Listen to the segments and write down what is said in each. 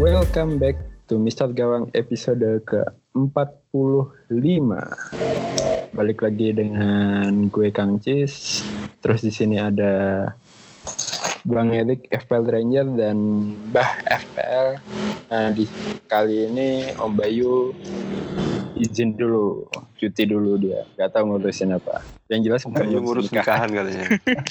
Welcome back to Mr. Gawang episode ke-45. Balik lagi dengan gue Kang Cis. Terus di sini ada Bang Erik FPL Ranger dan Bah FPL. Nah, di kali ini Om Bayu izin dulu, cuti dulu dia. Gak tahu ngurusin apa. Yang jelas bukan ngurus nikahan kalinya.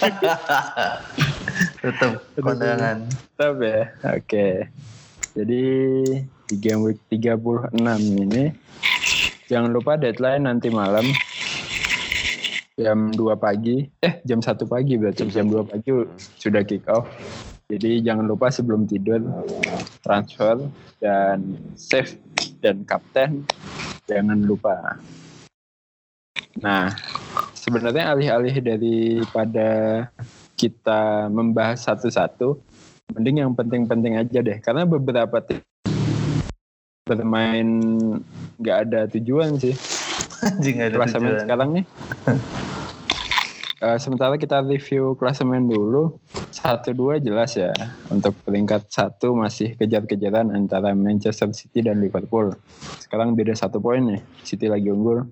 Tetap kondangan. Tetap ya. Oke. Jadi di game week 36 ini jangan lupa deadline nanti malam jam 2 pagi. Jam 1 pagi berarti jam 2 pagi sudah kick off. Jadi jangan lupa sebelum tidur transfer dan save dan kapten jangan lupa. Nah, sebenarnya alih-alih daripada kita membahas satu-satu, mending yang penting-penting aja deh. Karena beberapa bermain nggak ada tujuan sih. Klasemen sekarang nih. Sementara kita review klasemen dulu. 1-2 jelas ya. Untuk peringkat 1 masih kejar-kejaran antara Manchester City dan Liverpool. Sekarang beda 1 poin nih. City lagi unggul.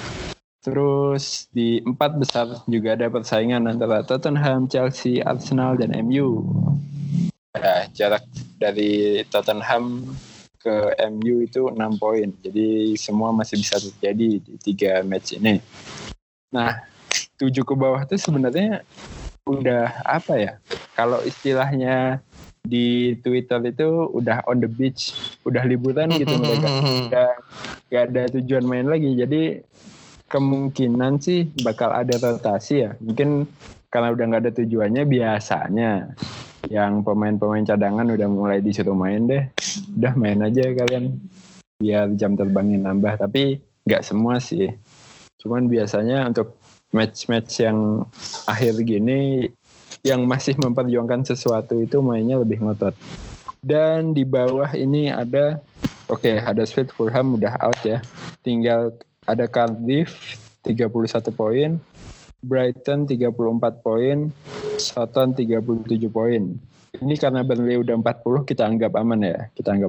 Terus di 4 besar juga ada persaingan antara Tottenham, Chelsea, Arsenal, dan MU. Nah, jarak dari Tottenham ke MU itu 6 poin. Jadi semua masih bisa terjadi di 3 match ini. Nah, 7 ke bawah itu sebenarnya udah apa ya? Kalau istilahnya di Twitter itu udah on the beach, udah liburan gitu mereka. Udah gak ada tujuan main lagi. Jadi kemungkinan sih bakal ada rotasi ya. Mungkin karena udah gak ada tujuannya, biasanya yang pemain-pemain cadangan udah mulai disuruh main deh. Udah main aja kalian biar jam terbangnya nambah. Tapi gak semua sih. Cuman biasanya untuk match-match yang akhir gini yang masih memperjuangkan sesuatu itu mainnya lebih ngotot. Dan di bawah ini ada Huddersfield, Fulham udah out ya. Tinggal ada Cardiff 31 poin, Brighton 34 poin, Southampton 37 poin. Ini karena Burnley udah 40 kita anggap aman ya.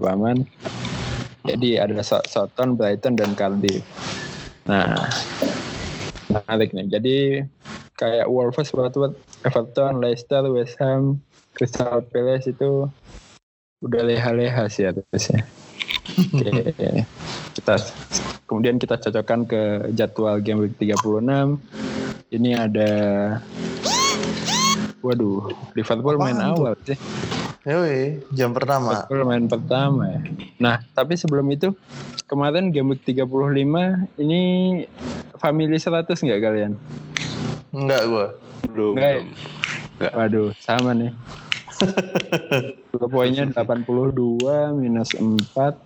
Jadi ada Southampton, Brighton dan Cardiff. Nah, menarik nih. Jadi kayak Wolves, Watford, Everton, Leicester, West Ham, Crystal Palace itu udah leha-leha sih atasnya. Oke. Kemudian kita cocokkan ke jadwal game week 36. Ini ada Liverpool main awal sih. Yoi, jam pertama. Liverpool main pertama ya. Nah, tapi sebelum itu kemarin game week 35 ini family 100 enggak kalian? Enggak gua. Belum. Waduh, sama nih. Poinnya 82 minus 4.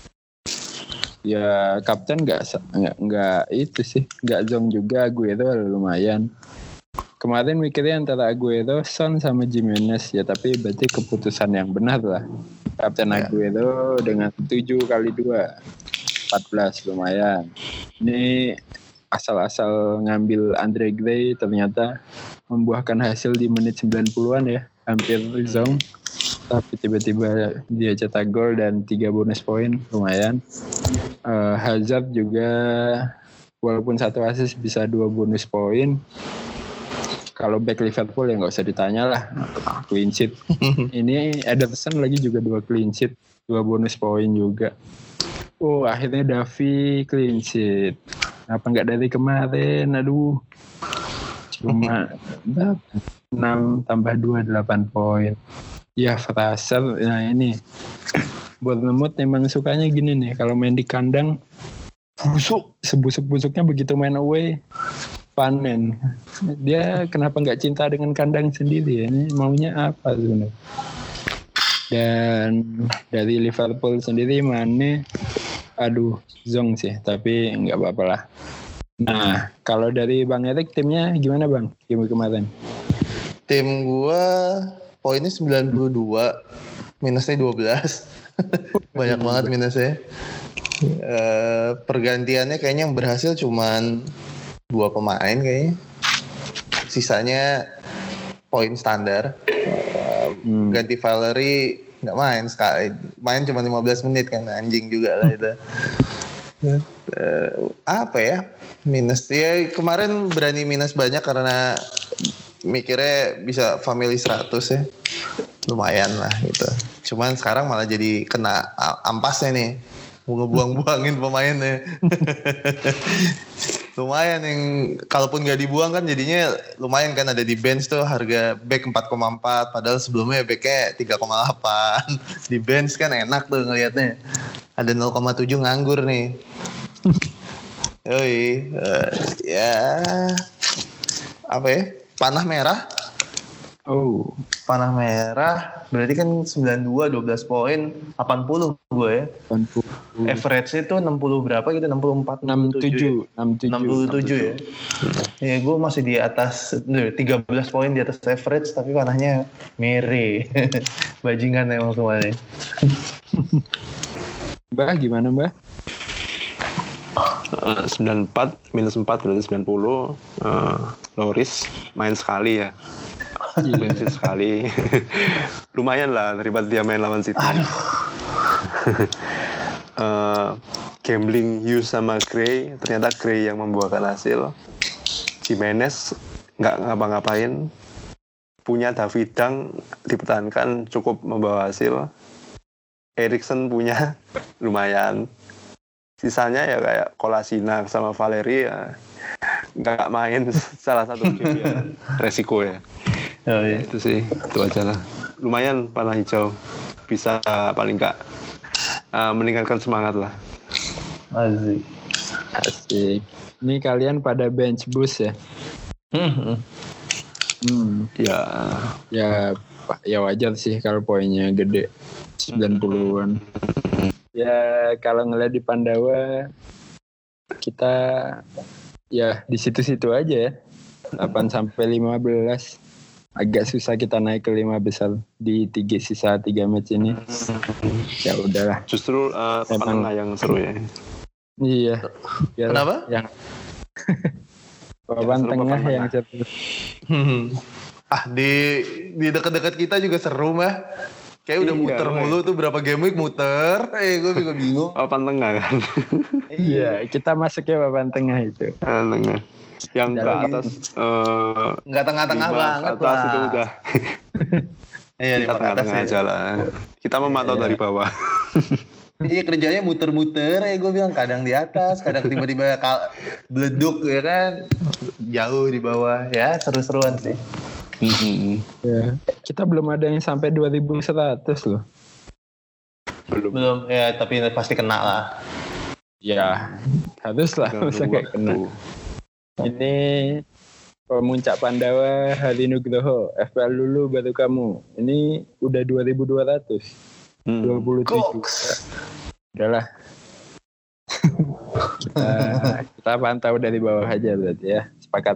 Ya kapten enggak itu sih, enggak zong juga. Aguero lumayan. Kemarin mikirnya antara Aguero, Son sama Jimenez ya, tapi berarti keputusan yang benar lah. Kapten Aguero dengan 7 kali 2 14 lumayan. Ini asal-asal ngambil Andre Gray ternyata membuahkan hasil di menit 90-an ya, hampir zong. Tapi tiba-tiba dia cetak gol dan 3 bonus poin lumayan. Hazard juga walaupun 1 assist bisa 2 bonus poin. Kalau back Liverpool ya nggak usah ditanya lah, clean sheet. Ini Ederson lagi juga 2 clean sheet, 2 bonus poin juga. Akhirnya Davi clean sheet. Kenapa nggak dari kemarin? Aduh, cuma 6 tambah 2 8 poin. Ya Fraser, nah ini Bournemouth memang sukanya gini nih, kalau main di kandang sebusuk-busuknya begitu main away panen. Dia kenapa nggak cinta dengan kandang sendiri ya? Ini maunya apa sebenarnya? Dan dari Liverpool sendiri Mane, zong sih, tapi nggak apa-apa lah. Nah, kalau dari Bang Erik timnya gimana Bang? Game kemarin? Tim gua poinnya 92, minusnya 12. Banyak banget minusnya. Pergantiannya kayaknya yang berhasil cuman 2 pemain kayaknya. Sisanya poin standar. Ganti Valery nggak main sekali, main cuma 15 menit kan, anjing juga lah itu. Apa ya, minus ya kemarin berani minus banyak karena mikirnya bisa family 100 ya, lumayan lah gitu. Cuman sekarang malah jadi kena ampasnya nih, mau ngebuang-buangin pemainnya. Lumayan yang kalaupun gak dibuang kan jadinya lumayan kan, ada di bench tuh harga back 4,4 padahal sebelumnya backnya 3,8. Di bench kan enak tuh ngelihatnya, ada 0,7 nganggur nih. Yoi, ya apa ya, panah merah. Oh, Panah merah berarti kan 92, 12 poin, 80 gue ya. 80. Average itu 60 berapa gitu, 64, 67 ya. Ya gue masih di atas 13 poin di atas average, tapi panahnya mere. Bajingan emang semuanya. Mbak gimana Mbak? 94 minus 4 berarti 90. Loris main sekali ya. Bensin sekali. Lumayan lah daripada dia main lawan City. Gambling Hughes sama Gray, ternyata Gray yang membuahkan hasil. Jimenez nggak ngapa-ngapain. Punya David Dang dipertahankan cukup membawa hasil. Eriksen punya lumayan. Sisanya ya kayak Kolasinac sama Valeri ya nggak main salah satu game ya, resiko ya. Oh, iya. Itu sih, itu aja lah. Lumayan panah hijau, bisa paling nggak meningkatkan semangat lah. Asik. Ini kalian pada bench boost ya? Ya wajar sih kalau poinnya gede, 90-an. Ya kalau ngeliat di Pandawa kita ya di situ-situ aja ya, 8-15. Agak susah kita naik ke 5 besar di sisa 3 match ini. Ya udahlah. Justru papan yang seru ya. Iya. Kenapa? Yang papan tengah yang seru. Di dekat-dekat kita juga seru mah. Kayak udah muter mulu tuh, berapa game week muter. Gue juga bingung. Papan tengah kan. Iya, kita masuknya papan tengah itu. Tengah. Yang ke atas nggak tengah-tengah banget atas lah. Itu udah. Iya, di tengah-tengah aja lah. Kita memantau dari bawah. Iya, kerjanya muter-muter gue bilang, kadang di atas, kadang tiba-tiba beleduk ya kan, jauh di bawah. Ya, seru-seruan sih. Ya, kita belum ada yang sampai 2100 loh. Belum ya, tapi pasti kena lah. Ya, harus lah, masa nggak kena. Ini pemuncak Pandawa Hari Nugroho, FPL dulu baru kamu. Ini udah 2200. 27. Udahlah. kita pantau dari bawah aja berarti ya. Sepakat.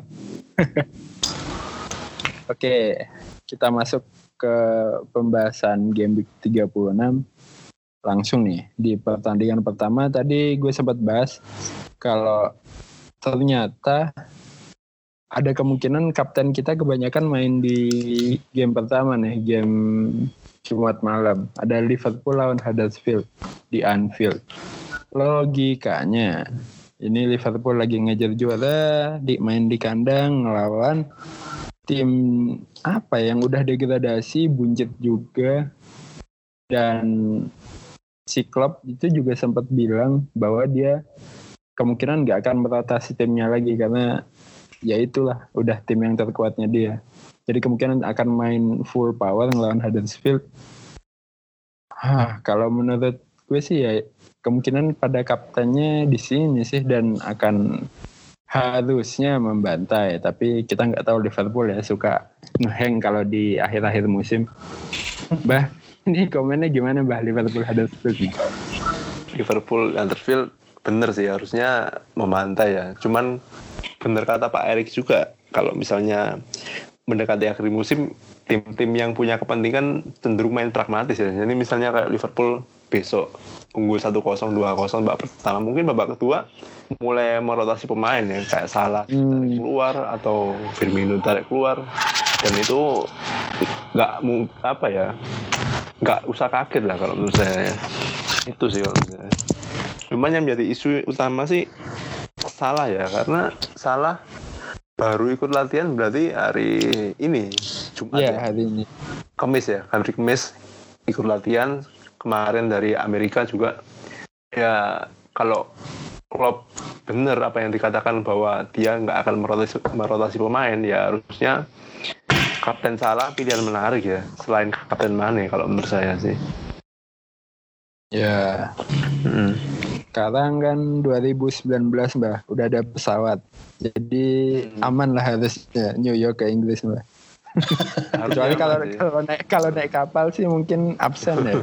Oke, kita masuk ke pembahasan game week 36. Langsung nih, di pertandingan pertama tadi gue sempat bahas kalau ternyata ada kemungkinan kapten kita kebanyakan main di game pertama nih, game Jumat malam. Ada Liverpool lawan Huddersfield di Anfield. Logikanya, ini Liverpool lagi ngejar juara, main di kandang ngelawan tim apa yang udah degradasi, buncit juga, dan si Klopp itu juga sempat bilang bahwa dia kemungkinan nggak akan merotasi timnya lagi karena ya itulah udah tim yang terkuatnya dia. Jadi kemungkinan akan main full power ngelawan Huddersfield. Kalau menurut gue sih ya kemungkinan pada kaptennya di sini sih, dan akan harusnya membantai, tapi kita nggak tahu, Liverpool ya suka ngeheng kalau di akhir-akhir musim. Bah, ini komennya gimana Bah Liverpool Huddersfield? Liverpool Huddersfield bener sih, harusnya membantai ya. Cuman bener kata Pak Erik juga, kalau misalnya mendekati akhir musim, tim-tim yang punya kepentingan cenderung main pragmatis ya. Jadi misalnya kayak Liverpool besok unggul 1-0, 2-0 babak pertama, mungkin babak kedua mulai merotasi pemain ya, kayak Salah tarik keluar atau Firmino tarik keluar, dan itu nggak nggak usah kaget lah kalau menurut saya. Itu sih kalau menurut saya. Cuman yang menjadi isu utama sih Salah ya, karena Salah baru ikut latihan berarti hari ini Jumat ya hari ini. Kamis ya, hari Kamis ikut latihan. Kemarin dari Amerika juga. Ya kalau Klopp bener apa yang dikatakan bahwa dia nggak akan merotasi pemain, ya harusnya Kapten Salah pilihan menarik ya, selain Kapten Mane kalau menurut saya sih. Ya. Sekarang kan 2019 Mbah, udah ada pesawat. Jadi aman lah harusnya New York ke Inggris Mbah. Kecuali kalau naik kapal sih mungkin absen ya.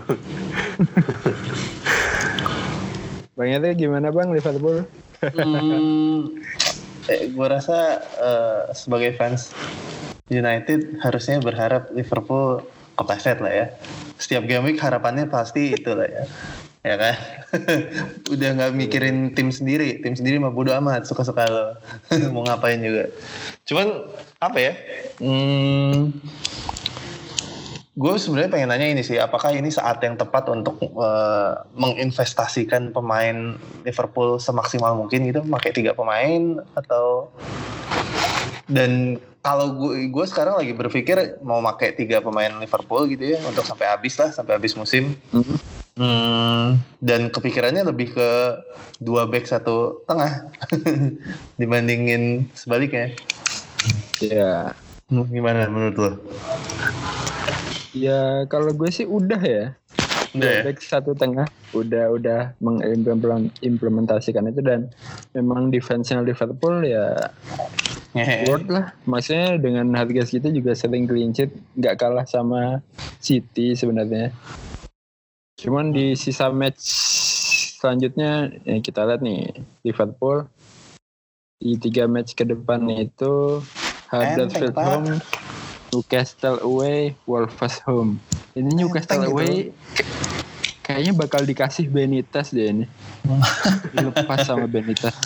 Bang Ede gimana Bang Liverpool? Gue rasa sebagai fans United harusnya berharap Liverpool kepleset lah ya. Setiap game week harapannya pasti itu lah ya. Ya kan? Udah gak mikirin tim sendiri mah bodo amat, suka-suka lo. Mau ngapain juga. Cuman apa ya? Gue sebenarnya pengen nanya ini sih, apakah ini saat yang tepat untuk menginvestasikan pemain Liverpool semaksimal mungkin gitu, pakai 3 pemain atau, dan kalau gue sekarang lagi berpikir mau pakai 3 pemain Liverpool gitu ya untuk sampai habis musim. Dan kepikirannya lebih ke 2 back 1 tengah dibandingin sebaliknya. Ya. Gimana menurut lo? Ya kalau gue sih udah ya. Back 1 tengah udah mengimplementasikan itu, dan memang defense-nya Liverpool ya worth lah. Maksudnya dengan harga segitu juga sering clean sheet, nggak kalah sama City sebenarnya. Cuman di sisa match selanjutnya ya kita lihat nih, Liverpool di 3 match ke depan itu Huddersfield home, Newcastle away, Wolves home. Ini Newcastle away kayaknya bakal dikasih Benitez deh ini. Dilepas sama Benitez.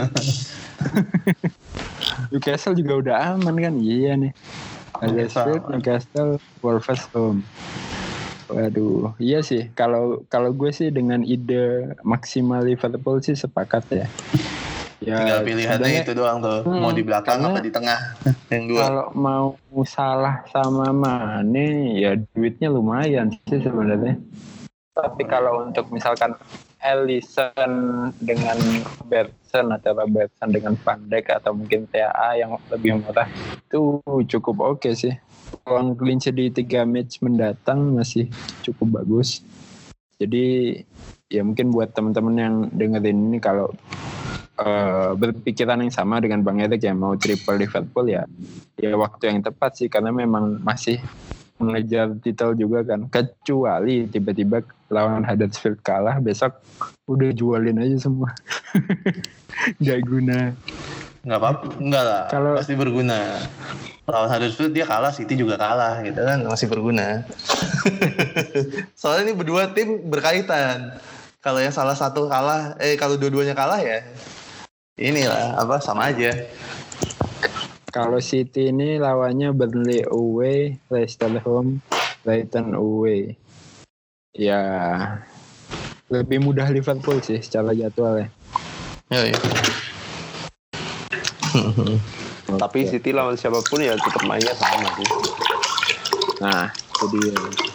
Newcastle juga udah aman kan? Iya nih. Huddersfield, Newcastle, Wolves home. Waduh, iya sih. Kalau gue sih dengan ide maksimal Liverpool sih sepakat ya. Ya, tinggal pilihannya itu doang tuh, mau di belakang apa di tengah. Yang 2. Kalau mau Salah sama Mane ya duitnya lumayan sih sebenarnya. Tapi kalau untuk misalkan Alisson dengan Robertson atau Robertson dengan Van Dijk atau mungkin TAA yang lebih murah, itu cukup oke sih. Uang clean sheet di 3 match mendatang masih cukup bagus. Jadi ya mungkin buat teman-teman yang dengerin ini kalau berpikiran yang sama dengan Bang Erik ya mau triple Liverpool ya waktu yang tepat sih, karena memang masih mengejar titel juga kan. Kecuali tiba-tiba lawan Huddersfield kalah, besok udah jualin aja semua. Gak guna. Gak apa-apa, enggak lah, pasti berguna. Lawan Huddersfield dia kalah, City juga kalah gitu kan, masih berguna. Soalnya ini berdua tim berkaitan. Kalau yang salah satu kalah, kalau dua-duanya kalah ya inilah sama aja. Kalau City ini lawannya Burnley away, Leicester home, Brighton away. Ya lebih mudah Liverpool sih secara jadwalnya. Ya. Tapi City lawan siapapun ya tetap mainnya sama sih. Nah, itu dia.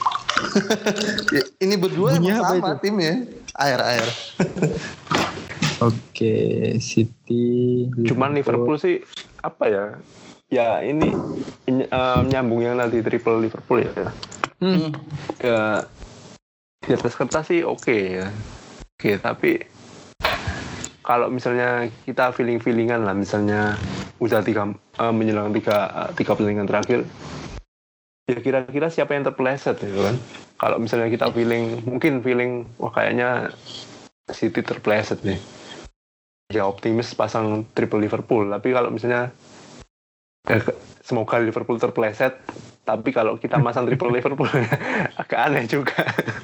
Ini berdua emang sama timnya. Air. Oke, City. Cuman Liverpool sih apa ya? Ya ini nyambung yang nanti triple Liverpool ya. Ya di atas kertas sih oke ya. Oke, tapi kalau misalnya kita feeling-feelingan lah, misalnya udah menjelang tiga pertandingan terakhir, ya kira-kira siapa yang terpeleset gitu kan? Kalau misalnya kita feeling wah kayaknya City terpeleset nih, ya optimis pasang triple Liverpool. Tapi kalau misalnya semoga Liverpool terpeleset, tapi kalau kita masang triple Liverpool agak aneh juga.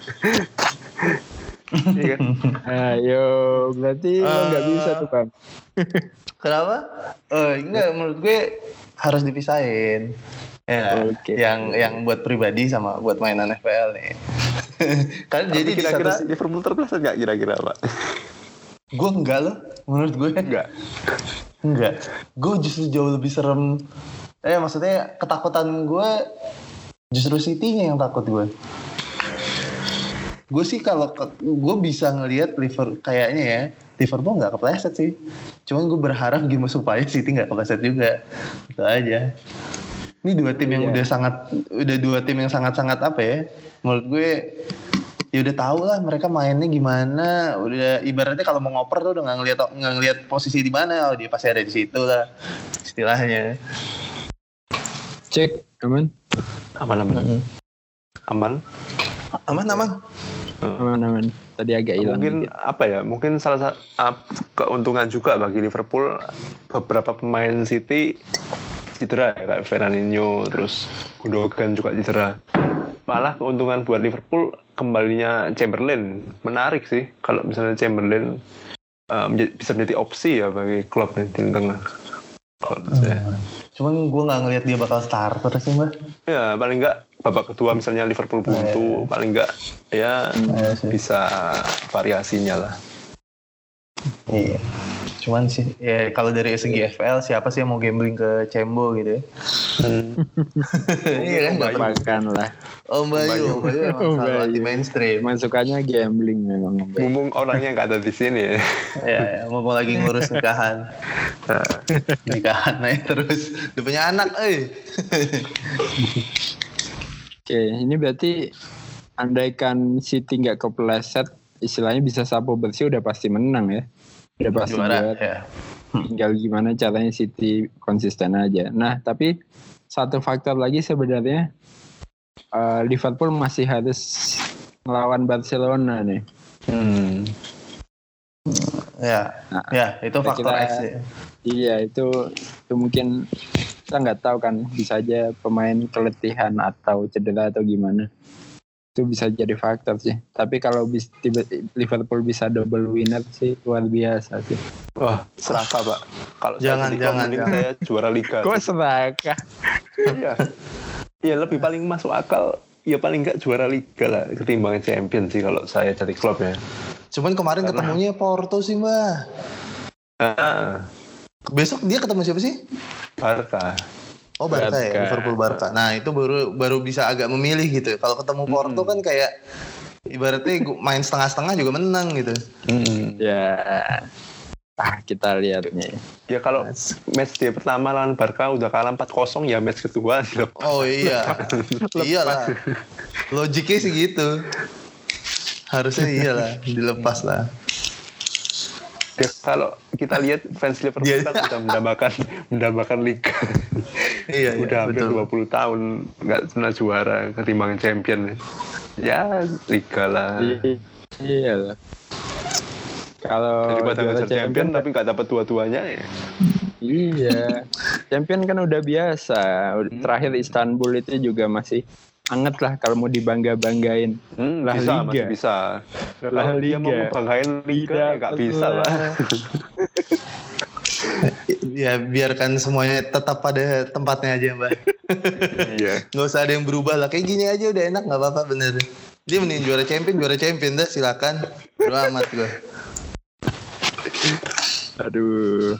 Iya kan? Ayo, berarti nggak bisa tuh Bang. Kenapa? Enggak, menurut gue harus dipisahin. Ya, okay. Yang buat pribadi sama buat mainan FPL nih. Kan Tapi jadi kira-kira di Liverpool terpleset nggak kira-kira Pak? gue enggak loh, menurut gue enggak. Gue justru jauh lebih serem. Maksudnya ketakutan gue justru City-nya yang takut gue. Gue sih kalau gue bisa ngelihat Liverpool kayaknya ya Liverpool nggak kepleset sih. Cuman gue berharap gimana supaya City nggak kepleset juga. Itu aja. Ini dua tim yang udah dua tim yang sangat-sangat apa ya? Menurut gue ya udah tahu lah mereka mainnya gimana. Udah ibaratnya kalau mau ngoper tuh udah nggak ngelihat posisi di mana. Oh dia pasti ada di situ lah istilahnya. Cek aman. Aman. Tadi agak hilang. Mungkin dikit. apa ya? Mungkin salah satu keuntungan juga bagi Liverpool, beberapa pemain City cedera ya, kayak Fernandinho, terus Gundogan juga cedera. Malah keuntungan buat Liverpool kembalinya Chamberlain menarik sih. Kalau misalnya Chamberlain bisa menjadi opsi ya bagi klub di tengah. Cuman gue nggak ngelihat dia bakal starter sih mbak. Ya paling nggak babak kedua misalnya Liverpool buntu, paling nggak ya bisa variasinya lah. Iya. Cuman sih ya kalau dari segi FPL siapa sih yang mau gambling ke Cembo gitu ya? Iya kan nggak Makan lah. Om Bayu emang selalu anti mainstream. Masukannya gambling memang. Mumpung orangnya nggak ada di sini. Ya mau lagi ngurus nikahan. Nikahan aja terus. Udah punya anak, Oke, ini berarti andaikan City nggak kepleset, istilahnya bisa sapu bersih udah pasti menang ya. Udah pasti juara. Ya. Tinggal gimana caranya City konsisten aja. Nah, tapi satu faktor lagi sebenarnya Liverpool masih harus melawan Barcelona nih. Ya itu faktor X ya. Iya itu mungkin kita nggak tahu kan, bisa aja pemain keletihan atau cedera atau gimana. Itu bisa jadi faktor sih. Tapi kalau Liverpool bisa double winner sih luar biasa sih. Wah, serakah Pak. Kalau jangan saya juara liga. Kok serakah? Iya. Ya lebih paling masuk akal ya paling enggak juara liga lah ketimbang champion sih kalau saya jadi klub ya. Cuman kemarin ketemunya Porto sih Mbak. Besok dia ketemu siapa sih? Barca. Oh Barca ya, Liverpool Barca. Nah itu baru bisa agak memilih gitu. Kalau ketemu Porto kan kayak ibaratnya main setengah-setengah juga menang gitu. Ya, kita lihat nih. Ya kalau match dia pertama lawan Barca udah kalah 4-0 ya match kedua. Oh iya, iyalah. Logiknya sih gitu. Harusnya iyalah, dilepas lah. Ya, kalau kita lihat fans Liverpool kan sudah mendambakan liga. Iya, udah hampir 20 tahun nggak pernah juara ketimbang champion. Ya liga lah. Iya lah. Kalau daripada ngejar champion tapi nggak dapat dua-duanya ya. Iya. Champion kan udah biasa. Terakhir Istanbul itu juga masih anget lah kalau mau dibangga-banggain. Lah bisa, Liga. Masih bisa. Lah Liga. Dia mau banggain Liga ya nggak bisa lah. Ya biarkan semuanya tetap pada tempatnya aja Mbak. Iya. Nggak usah ada yang berubah lah. Kayak gini aja udah enak, nggak apa-apa bener. Dia mending juara champion dah silakan. Bodo amat gue. Aduh.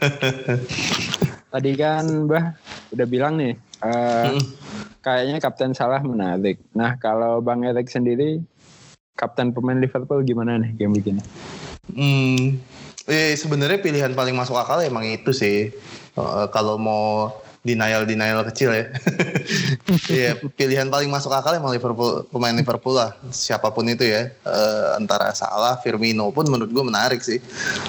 Tadi kan Mbah udah bilang nih. Kayaknya Kapten Salah menarik. Nah kalau Bang Erik sendiri, kapten pemain Liverpool gimana nih game begini? Sebenarnya pilihan paling masuk akal emang itu sih. Kalau mau denial kecil ya. Iya, pilihan paling masuk akal emang Liverpool, pemain Liverpool lah. Siapapun itu ya. Antara Salah, Firmino pun menurut gue menarik sih.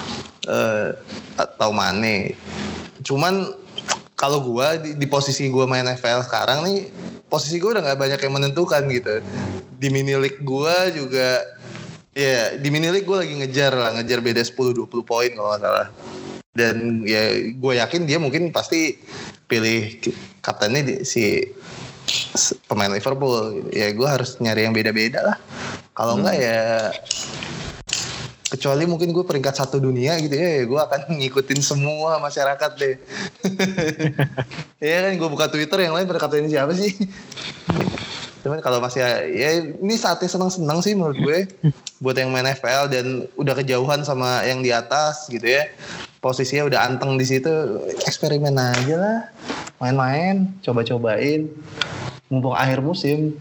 Atau Mane. Cuman kalau gue di posisi gue main FPL sekarang nih, posisi gue udah gak banyak yang menentukan gitu. Di mini league gue juga, ya di mini league gue lagi ngejar beda 10-20 poin kalau gak salah. Dan ya gue yakin dia mungkin pasti pilih kaptennya si pemain Liverpool. Ya gue harus nyari yang beda-beda lah. Kalau enggak ya, kecuali mungkin gue peringkat 1 dunia gitu ya, gue akan ngikutin semua masyarakat deh. Ya kan gue buka Twitter yang lain pada kaptennya siapa sih? Cuman kalau masih ya ini saatnya senang-senang sih menurut gue buat yang main FPL dan udah kejauhan sama yang di atas gitu ya. Posisinya udah anteng di situ, eksperimen aja lah. Main-main, coba-cobain. Mumpung akhir musim.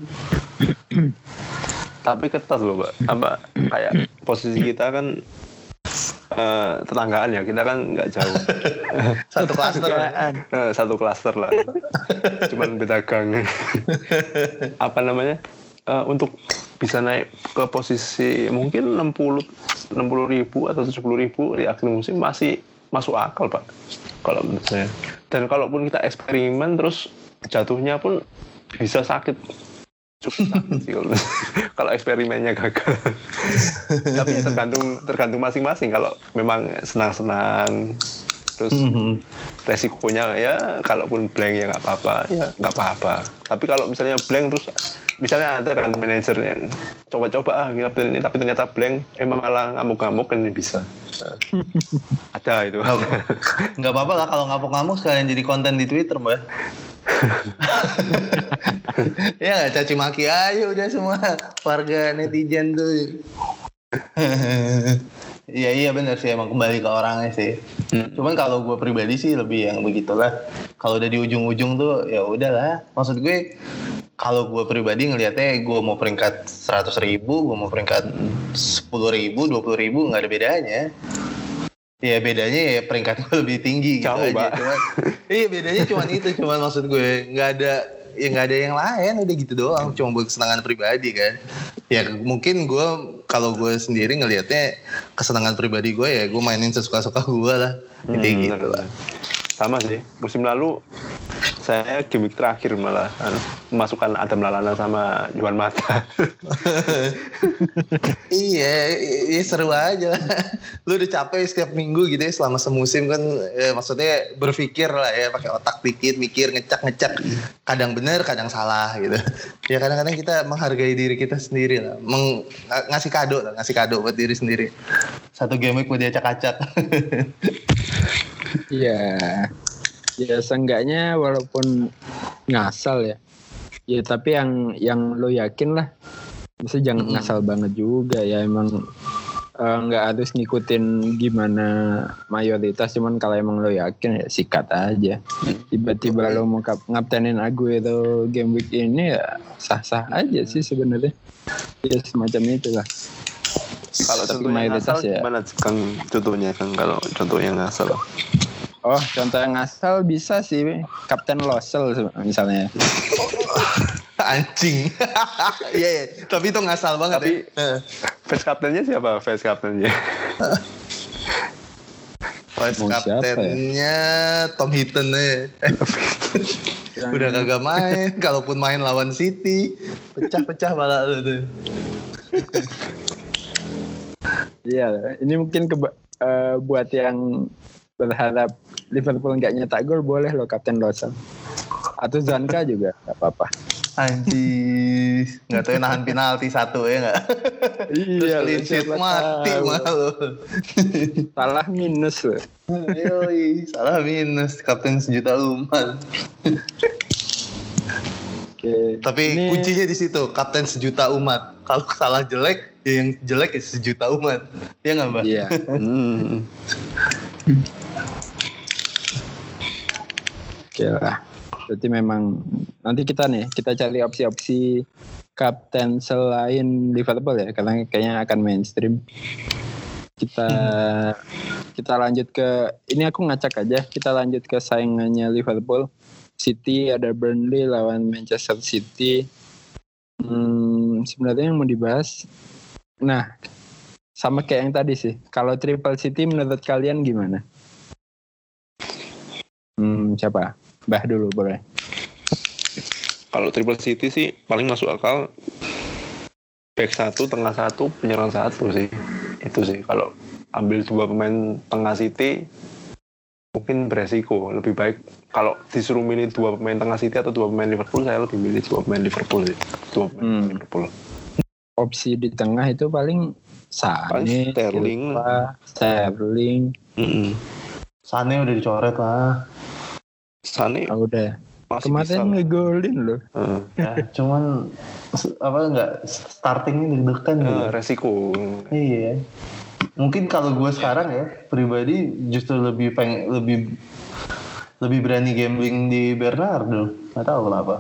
Tapi ketat loh, Pak. Apa kayak posisi kita kan tetanggaan ya, kita kan nggak jauh. Satu klaster. Satu klaster lah. Cuman beda gang. Apa namanya? Untuk bisa naik ke posisi mungkin 60 ribu atau 70 ribu di akhir musim masih masuk akal, Pak. Kalau menurut saya. Dan kalaupun kita eksperimen terus jatuhnya pun bisa sakit. Cukup sakit sih kalau eksperimennya gagal. Tapi ya tergantung masing-masing. Kalau memang senang-senang terus resikonya ya kalaupun blank ya nggak apa-apa, ya nggak apa-apa. Tapi kalau misalnya blank terus misalnya ada kan manajernya coba-coba ngapten ini tapi ternyata blank malah ngamuk-ngamuk kan bisa. Ada itu. Nggak apa-apa lah kalau ngamuk-ngamuk sekalian jadi konten di Twitter, Mbak. Ya nggak, caci maki aja udah semua warga netizen tuh. Iya benar sih, emang kembali ke orangnya sih. Cuman kalau gue pribadi sih lebih yang begitulah. Kalau udah di ujung-ujung tuh ya udahlah. Maksud gue kalau gue pribadi ngelihatnya gue mau peringkat 100 ribu, gue mau peringkat 10 ribu, 20 ribu nggak ada bedanya. Ya bedanya ya peringkat gue lebih tinggi gitu jauh, aja. Cuman, iya bedanya cuman itu, cuman maksud gue nggak ada yang lain, udah gitu doang, cuma buat kesenangan pribadi kan. Ya mungkin gue kalau gue sendiri ngelihatnya kesenangan pribadi gue ya gue mainin sesuka-suka gue lah, gitu lah. Sama sih, musim lalu saya gimmick terakhir malah memasukkan Adam Lallana sama Juan Mata. Iya seru aja. Lu udah capek setiap minggu gitu ya selama semusim kan, maksudnya berpikir lah ya, pakai otak dikit, mikir, ngecak, kadang benar kadang salah gitu. Ya kadang-kadang kita menghargai diri kita sendiri lah, ngasih kado buat diri sendiri. Satu gimmick buat diacak-acak. Iya. Ya seenggaknya walaupun ngasal ya tapi yang lo yakin lah. Maksudnya jangan ngasal banget juga ya, emang nggak harus ngikutin gimana mayoritas, cuman kalau emang lo yakin ya sikat aja. Tiba-tiba lo mau ngaptenin Aguero game week ini ya sah-sah aja sih sebenarnya. Ya semacam itulah. Kalau contohnya ngasal ya, gimana Kang contohnya Kang, kalau contohnya ngasal? Oh, contoh yang ngasal bisa sih Kapten Losel misalnya. Anjing. Iya, tapi itu ngasal banget. Tapi ya. Vice kaptennya siapa? Vice kaptennya? Vice kaptennya Tom Hinton ya. Udah kagak main, kalaupun main lawan City, pecah-pecah malah tuh. Iya, ini mungkin buat yang berharap Liverpool nggak nyetak gol, boleh lo Kapten Losel atau Zanka juga nggak apa-apa. Anjir, nggak tahu nahan penalti satu ya nggak? Iya, clean sheet mati malu. Salah minus lo. Yoi, salah minus, kapten sejuta umat. Oke. Tapi kuncinya di situ, kapten sejuta umat. Kalau salah jelek, ya yang jelek ya sejuta umat. Ya nggak, Mbak? Iya. Oke lah. Berarti memang nanti kita cari opsi-opsi kapten selain Liverpool ya, karena kayaknya akan mainstream. Kita lanjut ke ini, aku ngacak aja. Kita lanjut ke saingannya Liverpool. City ada Burnley lawan Manchester City. Sebenarnya yang mau dibahas, nah sama kayak yang tadi sih. Kalau Triple City menurut kalian gimana? Siapa? Mbah dulu boleh. Kalau Triple City sih paling masuk akal back 1, tengah 1, penyerang 1 sih. Itu sih kalau ambil 2 pemain tengah City mungkin beresiko. Lebih baik kalau disuruh milih 2 pemain tengah City atau 2 pemain Liverpool, saya lebih milih 2 pemain Liverpool sih. 2 pemain Liverpool. Opsi di tengah itu paling Sane, Sterling. Sane udah dicoret lah. Sane udah. masih Kemarin bisa lah. ngegolin loh. Ya, cuman nggak startingnya deg-degan gitu. Resiko. Iya. Mungkin kalau gue sekarang ya pribadi justru lebih berani gambling di Bernardo. Nggak tahu kenapa.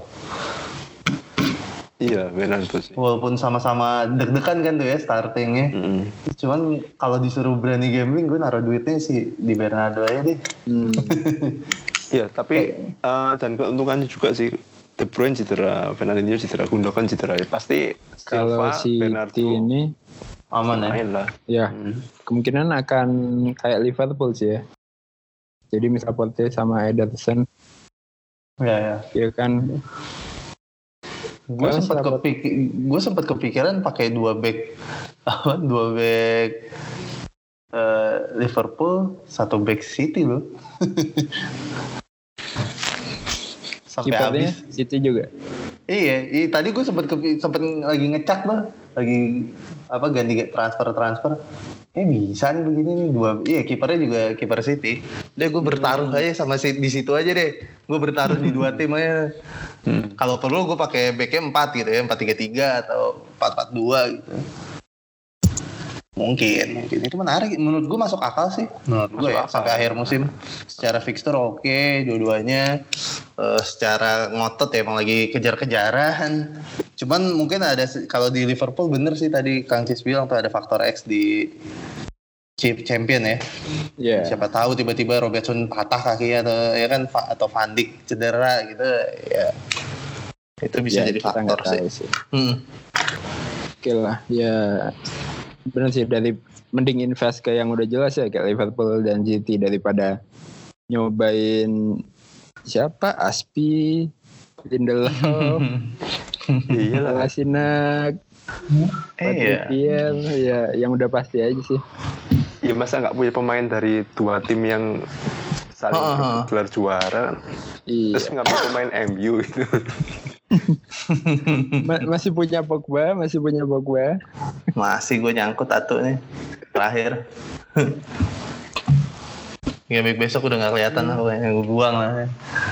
Iya benar tuh sih. Walaupun sama-sama deg-degan kan tuh ya startingnya. Cuman kalau disuruh berani gambling gue naruh duitnya sih di Bernardo aja deh. Iya, tapi dan keuntungannya juga sih De Bruyne cedera, Fernandinho cedera, Gundogan cedera. Ya, pasti Kalau Silva, si Bernardo ini Aman ya. main lah. ya kemungkinan akan kayak Liverpool sih ya. Jadi misal Pote sama Ederson Ya. ya kan. Gue sempat kepikiran pakai dua back Liverpool, satu back City loh. Sampai Kipernya habis. City juga. Iya, tadi gue sempat lagi ngecek loh, lagi ganti transfer. Bisa nih begini nih kipernya juga kiper City. Deh gue bertaruh aja sama di situ aja deh. Gue bertaruh di dua tim aja. Kalau perlu gue pakai backnya 4 gitu ya, 4-3-3 atau 4-4-2 gitu. Mungkin itu menarik. Menurut gue masuk akal sih. Menurut gue ya, sampai akhir musim. Secara fixture oke, dua-duanya secara ngotot ya, emang lagi kejar-kejaran. Cuman mungkin ada kalau di Liverpool bener sih tadi Kang Cis bilang tuh ada faktor X di champion ya. Yeah. Siapa tahu tiba-tiba Robertson patah kakinya atau Van Dijk cedera gitu ya. Itu bisa jadi faktor sih. Oke lah, ya benar sih, dari mending invest ke yang udah jelas ya kayak Liverpool dan City daripada nyobain siapa Aspi, Lindelof, Kolasinac, Trippier, ya yang udah pasti aja sih. Ya masa nggak punya pemain dari dua tim yang saling gelar juara, terus ngambil pemain MU itu. Masih punya Pogba. Masih gue nyangkut satu nih terakhir. Game besok udah nggak kelihatan lah, pokoknya gue buang lah.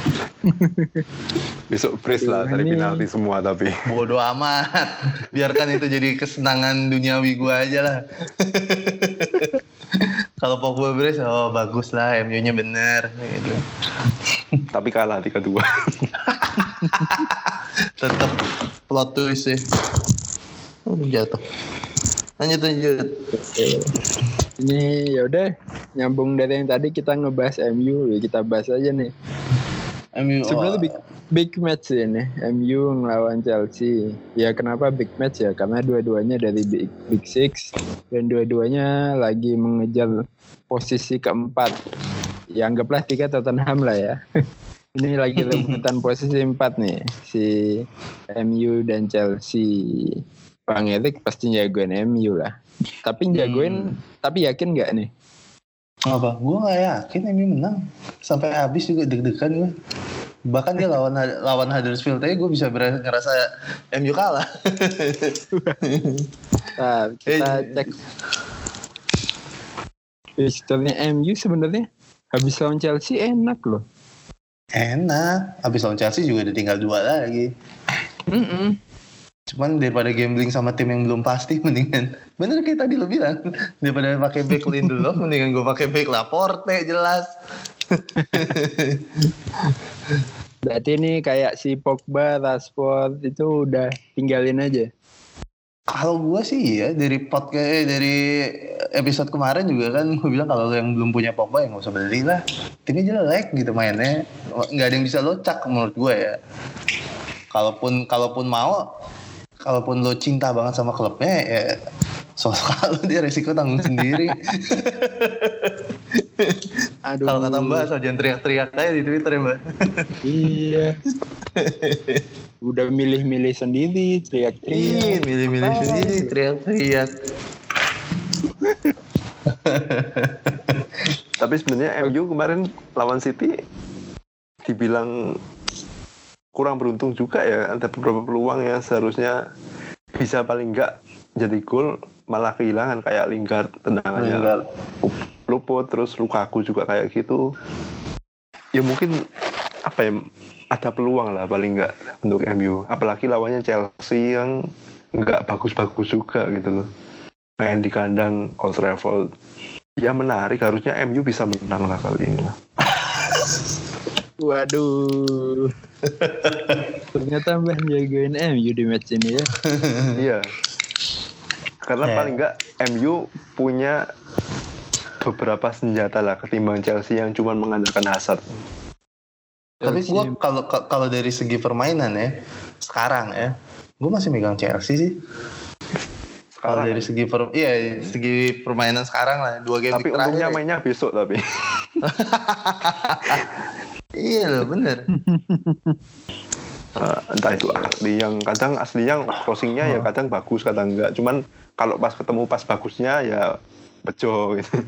Besok brace lah, cari penalti semua tapi. Bodoh amat, biarkan itu jadi kesenangan duniawi gue aja lah. Kalau Pogba brace, bagus lah, MU-nya bener gitu. Tapi kalah 3-2. Tetap plot twist sih. Jatuh. Lanjut. Ini yaudah nyambung dari yang tadi kita ngebahas MU, ya kita bahas aja nih. MU sebenarnya big match ini, MU ngelawan Chelsea. Ya kenapa big match ya? Karena dua-duanya dari Big Six dan dua-duanya lagi mengejar posisi keempat. Ya anggaplah 3 Tottenham lah ya. Ini lagi rebutan posisi 4 nih, si MU dan Chelsea. Bang Erik pasti jagoin MU lah. Tapi tapi yakin nggak nih? Apa? Gue nggak yakin MU menang. Sampai habis juga deg-degan gue. Bahkan dia lawan Huddersfield aja gue bisa ngerasa MU kalah. Nah, kita cek historinya MU sebenarnya habis lawan Chelsea enak loh. Enak, habis lawan Chelsea juga udah tinggal 2 lagi. Cuman daripada gambling sama tim yang belum pasti, mendingan bener kayak tadi lo bilang, daripada pakai back Lindelof mendingan gue pakai back Laporte jelas. Berarti ini kayak si Pogba, Rashford itu udah tinggalin aja. Kalau gue sih ya dari episode kemarin juga kan gue bilang kalau yang belum punya Pogba ya nggak usah beli lah, timnya jelek gitu mainnya, nggak ada yang bisa locak menurut gue ya. Kalaupun lo cinta banget sama klubnya ya kalau dia resiko tanggung sendiri. Aduh. Kalau kata Mbak jangan teriak-teriak aja di Twitter ya Mbak. Iya. Udah milih-milih sendiri, teriak-teriak. Milih-milih sendiri, teriak-teriak. Tapi sebenarnya MU kemarin lawan City dibilang kurang beruntung juga ya. Ada beberapa peluang yang seharusnya bisa paling enggak jadi gol, malah kehilangan, kayak Lingard tendangannya luput, terus Lukaku juga kayak gitu. Ya mungkin ada peluang lah paling nggak untuk MU. Apalagi lawannya Chelsea yang nggak bagus-bagus juga gitu loh. Main di kandang Old Trafford. Ya menarik, harusnya MU bisa menang lah kali ini. Waduh. Ternyata Mbah jagain MU di match ini ya. Iya. Karena paling nggak MU punya beberapa senjata lah ketimbang Chelsea yang cuma mengandalkan Hazard. Tapi gue kalau dari segi permainan ya sekarang ya, gue masih megang Chelsea sih. Kalau dari segi segi permainan sekarang lah 2 game tapi terakhir. Tapi untungnya mainnya besok tapi. Iya loh bener. Entah itu aslinya crossingnya ya kadang bagus kadang enggak. Cuman kalau pas ketemu pas bagusnya ya bejo gitu.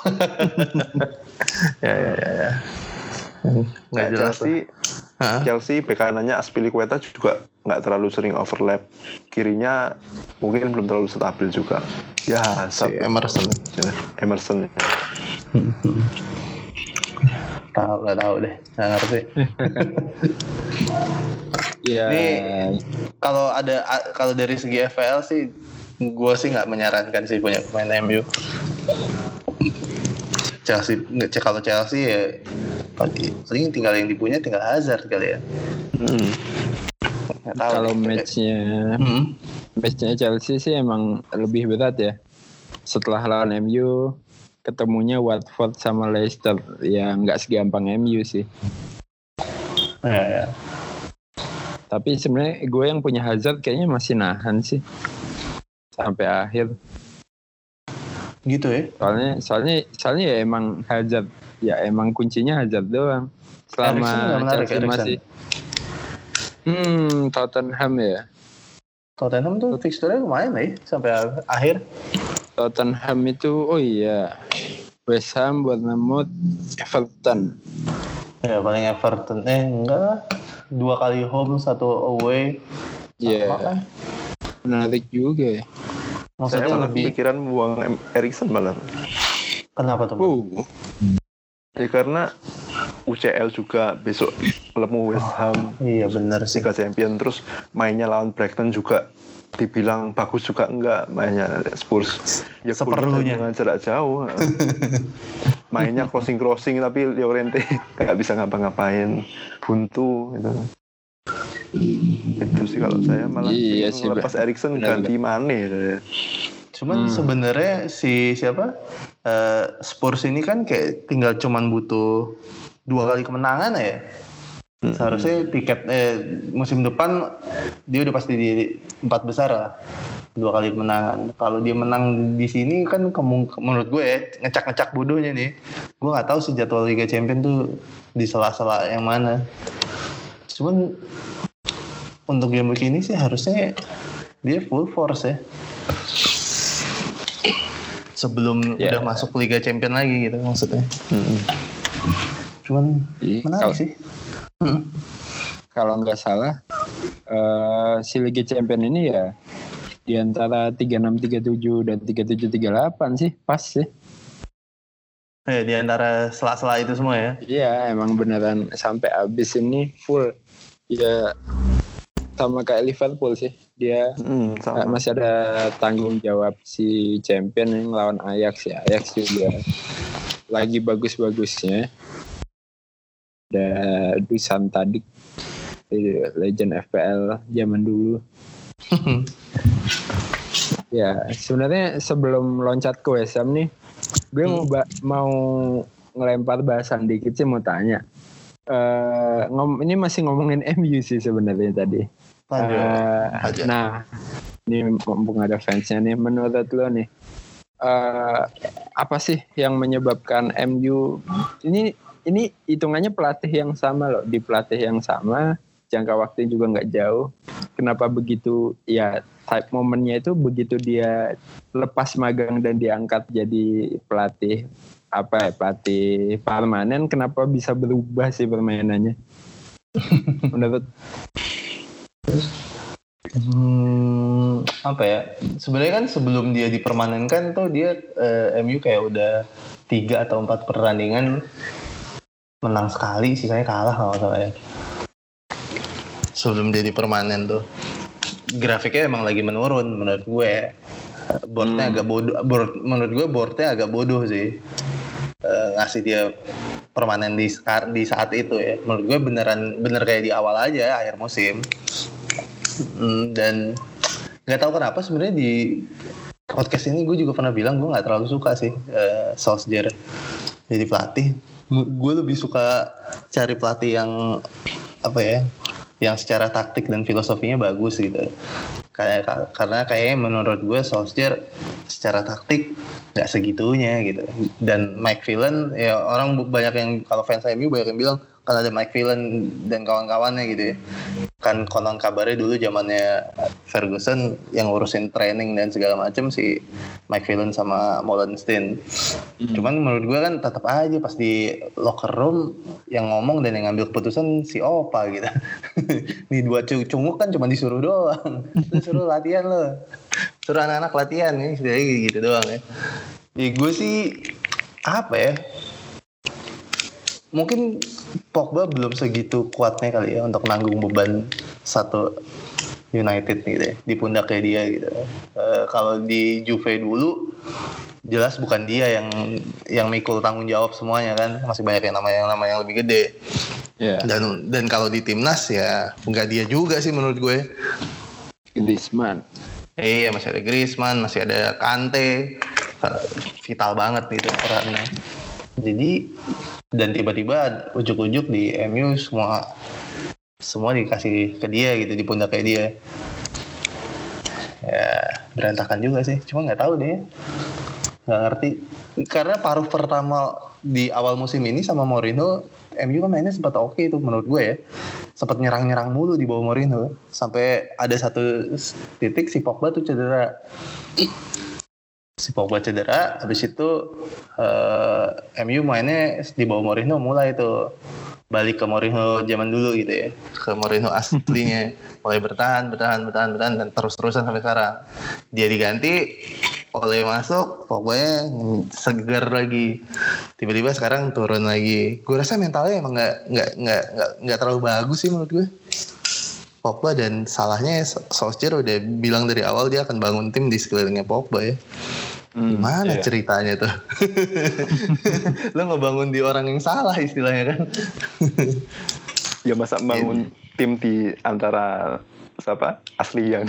ya. Nggak jelas Chelsea bek kanannya Azpilicueta juga nggak terlalu sering overlap, kirinya mungkin belum terlalu stabil juga. Ya si Emerson. Nggak tahu deh, nggak ngerti. Ya. Ini kalau dari segi FPL sih, gue sih nggak menyarankan sih punya pemain MU. Kalau Chelsea ya paling tinggal yang dipunya tinggal Hazard kali ya. Kalau matchnya Chelsea sih emang lebih berat ya. Setelah lawan MU ketemunya Watford sama Leicester, ya nggak segampang MU sih. Ya. Tapi sebenarnya gue yang punya Hazard kayaknya masih nahan sih sampai akhir. Gitu ya? Soalnya ya emang Hazard, ya emang kuncinya Hazard doang. Selama Chelsea masih Tottenham ya. Tottenham tuh fixture-nya lumayan ya sampai akhir. Tottenham itu West Ham, Bournemouth, Everton. Ya paling Everton enggak 2 kali home 1 away. Iya. Kan? Menarik juga ya. Maksudnya saya lebih pikiran buang Eriksen malah. Kenapa tuh? Ya karena UCL juga besok ketemu West Ham. Iya benar sih. Liga Champion, terus mainnya lawan Brighton juga dibilang bagus juga enggak, mainnya Spurs ya seperlunya jarak jauh. Mainnya crossing tapi Llorente nggak bisa ngapa-ngapain, buntu gitu. Itu sih kalau saya malah lepas Eriksen ganti Mane. Cuman sebenarnya Spurs ini kan kayak tinggal cuman butuh 2 kali kemenangan ya. Seharusnya tiket musim depan dia udah pasti di 4 besar lah, 2 kali kemenangan. Kalau dia menang di sini kan menurut gue ngecak bodohnya nih. Gue nggak tahu sih jadwal Liga Champions tuh di sela-sela yang mana. Cuman untuk game begini sih harusnya dia full force ya. Sebelum udah masuk Liga Champions lagi gitu maksudnya. Cuman menarik sih. Kalau nggak salah si Liga Champions ini ya di antara 36-37 dan 37-38 sih pas sih. Di antara sela-sela itu semua ya. Iya emang beneran sampai habis ini full. Ya sama kayak Liverpool sih, dia masih ada tanggung jawab si champion yang lawan Ajax ya. Ajax juga lagi bagus-bagusnya. Ada Dusan Tadic, legend FPL zaman dulu. Ya sebenarnya sebelum loncat ke West Ham nih, gue mau ngelempar bahasan dikit sih, mau tanya. Ini masih ngomongin MU sih sebenarnya tadi. Nah, ini mumpung ada fansnya nih, menurut lo nih, apa sih yang menyebabkan MU ini hitungannya pelatih yang sama loh, di pelatih yang sama, jangka waktu juga nggak jauh. Kenapa begitu? Ya type momennya itu begitu dia lepas magang dan diangkat jadi pelatih permanen, kenapa bisa berubah sih permainannya? Menurut apa ya? Sebenarnya kan sebelum dia dipermanenkan tuh dia MU kayak udah 3 atau 4 pertandingan menang sekali, sisanya kalah kalau nggak salah ya. sebelum jadi permanen tuh. Grafiknya emang lagi menurun menurut gue. Boardnya agak bodoh. Menurut gue boardnya agak bodoh sih. Ngasih dia permanen di saat itu ya. Menurut gue bener kayak di awal aja akhir musim. Dan nggak tahu kenapa sebenarnya di podcast ini gue juga pernah bilang gue nggak terlalu suka sih Solskjaer jadi pelatih. Gue lebih suka cari pelatih yang apa ya, yang secara taktik dan filosofinya bagus gitu. Karena kayaknya menurut gue Solskjaer secara taktik nggak segitunya gitu. Dan Mike Phelan ya, orang banyak yang, kalau fans MU banyak yang bilang kalau ada Mike Phelan dan kawan-kawannya gitu ya. Kan konon kabarnya dulu zamannya Ferguson yang ngurusin training dan segala macam si Mike Phelan sama Molenstein. Cuman menurut gue kan tetap aja pas di locker room yang ngomong dan yang ngambil keputusan si Opa gitu. Nih dua cunguk kan cuma disuruh doang. Suruh latihan lo. Suruh anak-anak latihan nih, gitu doang ya. Ya gue sih apa ya? Mungkin Pogba belum segitu kuatnya kali ya untuk nanggung beban satu United gitu ya, di pundaknya dia gitu. Kalau di Juve dulu jelas bukan dia yang mikul tanggung jawab semuanya kan, masih banyak yang nama yang lebih gede. Yeah. Dan kalau di timnas ya nggak dia juga sih menurut gue. Griezmann. Iya, masih ada Griezmann, masih ada Kante, vital banget gitu perannya. Jadi dan tiba-tiba ujuk-ujuk di MU semua dikasih ke dia gitu, di pundaknya dia. Ya berantakan juga sih, cuma nggak tahu deh, nggak ngerti. Karena paruh pertama di awal musim ini sama Mourinho, MU kan mainnya sempat oke itu menurut gue ya, sempat nyerang mulu di bawah Mourinho sampai ada satu titik si Pogba tuh cedera. Habis itu MU mainnya di bawah Mourinho mulai tuh balik ke Mourinho zaman dulu gitu ya, ke Mourinho aslinya. Mulai bertahan dan terus-terusan sampai sekarang. Dia diganti oleh masuk, pokoknya segar lagi. Tiba-tiba sekarang turun lagi. Gue rasa mentalnya emang nggak terlalu bagus sih menurut gue. Pogba, dan salahnya Solskjaer udah bilang dari awal dia akan bangun tim di sekelilingnya Pogba ya. Gimana ceritanya tuh? Lo ngebangun di orang yang salah istilahnya kan? Ya masa bangun tim di antara siapa asli yang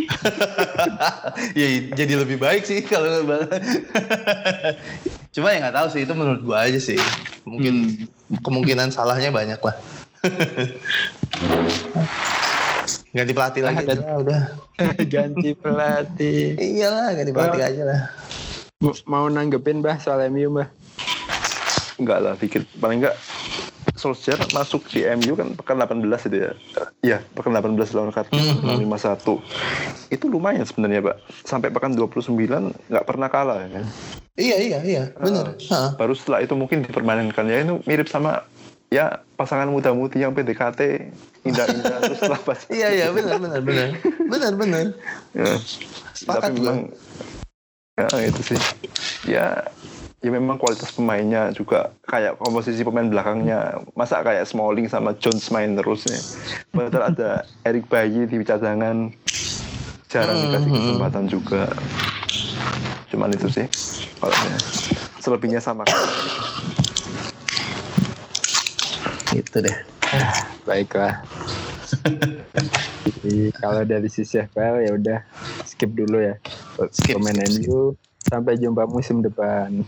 ya jadi lebih baik sih kalau cuma ya nggak tahu sih, itu menurut gue aja sih. Mungkin kemungkinan salahnya banyak lah. Ganti pelatih lagi ya udah. Ganti pelatih. Iyalah, ganti pelatih aja lah. Mau nanggepin Mbah soal MU Mbah? enggak lah, pikir paling enggak Solskjaer masuk di MU kan pekan 18 itu ya. Iya, pekan 18 lawan Cardiff 5-1. Itu lumayan sebenarnya, Pak. Sampai pekan 29 enggak pernah kalah ya. Iya, benar. Baru setelah itu mungkin dipermanenkan ya, itu mirip sama ya pasangan muda-mudi yang PDKT indah-indah terus setelah pas. Iya, benar. Ya. Sepakat Tapi memang ya itu sih. Ya memang kualitas pemainnya juga kayak komposisi pemain belakangnya, masa kayak Smalling sama Jones main terusnya. Padahal ada Eric Bailly di cadangan, jarang dikasih kesempatan juga. Cuman itu sih kalau selebihnya sama. Gitu deh. Baiklah. Jadi kalau dari sisi FPL ya udah skip dulu ya. Skip. Pemain MU. Sampai jumpa musim depan.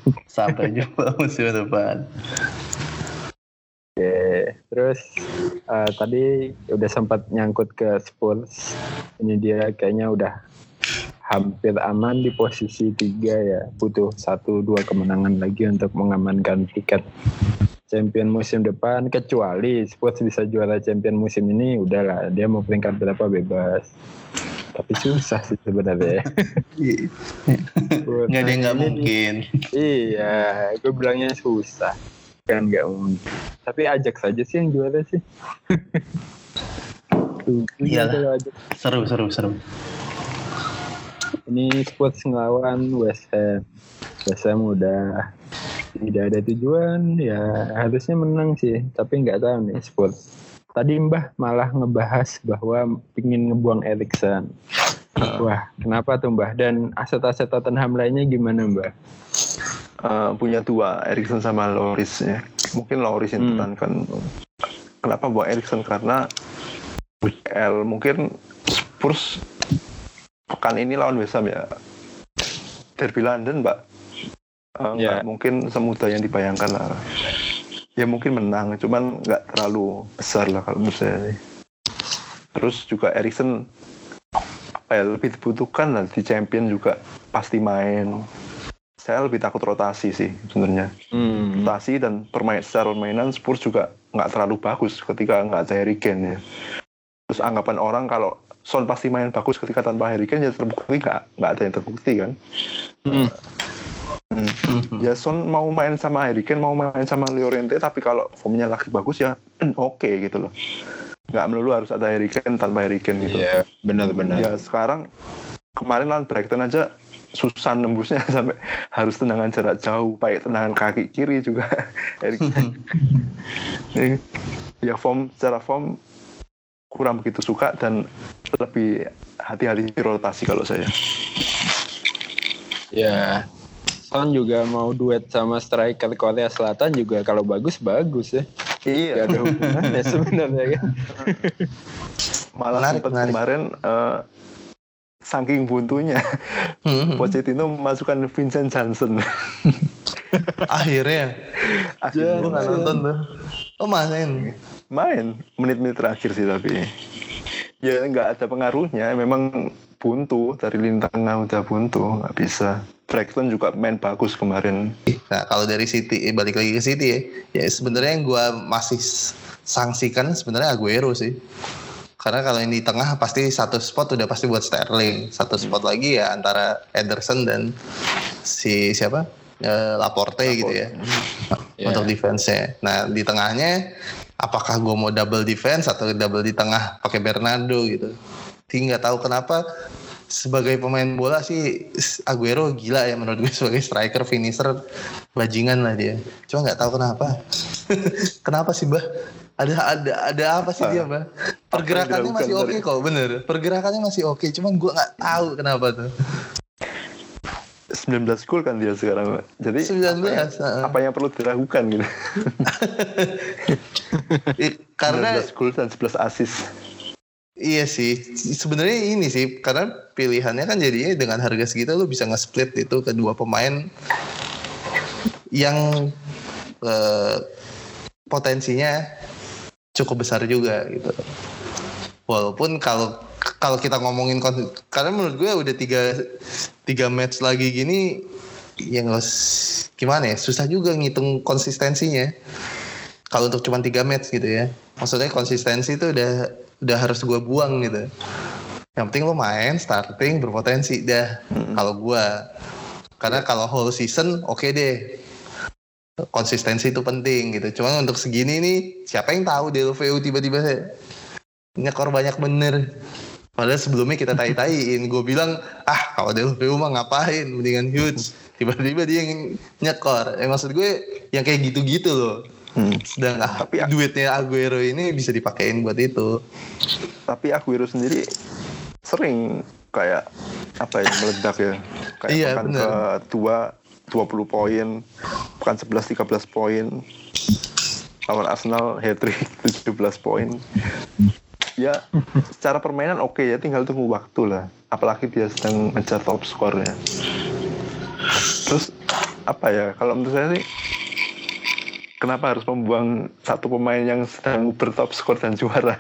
Oke, terus tadi udah sempat nyangkut ke Spurs. Ini dia kayaknya udah hampir aman di posisi 3 ya. Butuh 1-2 kemenangan lagi untuk mengamankan tiket champion musim depan. Kecuali Spurs bisa juara champion musim ini, udahlah dia mau peringkat berapa bebas. Tapi susah sih sebenarnya. Nggak ada yang nggak mungkin. Iya, gue bilangnya susah. Kan nggak mungkin. Tapi Ajax saja sih yang juara sih. Iyalah. Seru. Ini Spurs ngelawan West Ham. West Ham udah tidak ada tujuan, ya harusnya menang sih. Tapi nggak tahu nih Spurs. tadi Mbah malah ngebahas bahwa pingin ngebuang Eriksen. Wah, kenapa tuh Mbah? Dan aset-aset Tottenham lainnya gimana Mbah? Punya dua, Eriksen sama Lloris ya. Mungkin Lloris yang dipertahankan. Kenapa buang Eriksen? Karena UCL mungkin Spurs pekan ini lawan West Ham ya. Derby London, Mbak. Nggak mungkin semudah yang dibayangkan lah. Ya mungkin menang, cuman nggak terlalu besar lah kalau menurut saya. Terus juga Eriksen lebih dibutuhkan lah di Champion juga pasti main. Saya lebih takut rotasi sih sebenarnya. Rotasi dan secara permainan Spurs juga nggak terlalu bagus ketika nggak ada Harry Kane ya. Terus anggapan orang kalau Son pasti main bagus ketika tanpa Harry Kane ya terbukti nggak ada yang terbukti kan. Ya Son mau main sama Harry Kane, mau main sama Llorente, tapi kalau formnya lagi bagus ya oke gitu loh. Nggak melulu harus ada Harry Kane tanpa Harry Kane gitu. Iya, benar-benar. Ya sekarang kemarin lawan Brighton aja susah nembusnya sampai harus tendangan jarak jauh, pakai tendangan kaki kiri juga Harry Kane. Ya secara form kurang begitu suka dan lebih hati-hati di rotasi kalau saya. Ya. Son juga mau duet sama striker Korea Selatan juga kalau bagus ya. Iya. Gak ada hubungannya sebenarnya kan. Malah sempat kemarin saking buntunya Pochettino memasukkan Vincent Janssen. Akhirnya gue nggak nonton tuh. Oh main menit-menit terakhir sih tapi ya nggak ada pengaruhnya. Memang buntu dari lini tengah udah buntu, nggak bisa. Brighton juga main bagus kemarin. Nah kalau dari City, balik lagi ke City ya sebenarnya yang gue masih sanksikan sebenarnya Aguero sih. Karena kalau yang di tengah pasti satu spot udah pasti buat Sterling, satu spot lagi ya antara Ederson dan si siapa Laporte gitu ya untuk defense-nya. Nah di tengahnya apakah gue mau double defense atau double di tengah pakai Bernardo gitu? Nggak tahu kenapa. Sebagai pemain bola sih Aguero gila ya menurut gue, sebagai striker finisher bajingan lah dia. Cuma nggak tahu kenapa. Kenapa sih Mbah? Ada apa sih dia Mbah? Pergerakannya masih oke kok, bener. Pergerakannya masih oke, cuman gue nggak tahu kenapa tuh. 19 gol kan dia sekarang. Jadi 19 apa yang perlu dilakukan gitu. Karena 19 gol dan 11 assist. Iya sih, sebenarnya ini sih karena pilihannya kan jadinya dengan harga segitu lu bisa nge-split itu kedua pemain yang potensinya cukup besar juga gitu. Walaupun kalau kita ngomongin karena menurut gue udah tiga match lagi gini ya gimana ya, susah juga ngitung konsistensinya. Kalau untuk cuma 3 match gitu ya, maksudnya konsistensi itu udah harus gue buang gitu. Yang penting lo main starting berpotensi dah. Kalau gue, karena kalau whole season oke deh, konsistensi itu penting gitu. Cuman untuk segini nih, siapa yang tahu Deulofeu tiba-tiba nyekor banyak bener. Padahal sebelumnya kita tai-taiin, gue bilang kalau Deulofeu mah ngapain, mendingan Hughes. Tiba-tiba dia yang nyekor. Maksud gue yang kayak gitu-gitu loh. Sedangkan tapi duitnya Aguero ini bisa dipakein buat itu. Tapi Aguero sendiri sering kayak meledak ya. Kayak pekan ke-2 20 poin, pekan 11 13 poin. Lawan Arsenal hat-trick 17 poin. Ya, secara permainan oke ya, tinggal tunggu waktu lah. Apalagi dia sedang ngejar top score-nya. Terus kalau menurut saya sih, kenapa harus membuang satu pemain yang sedang bertop skor dan juara?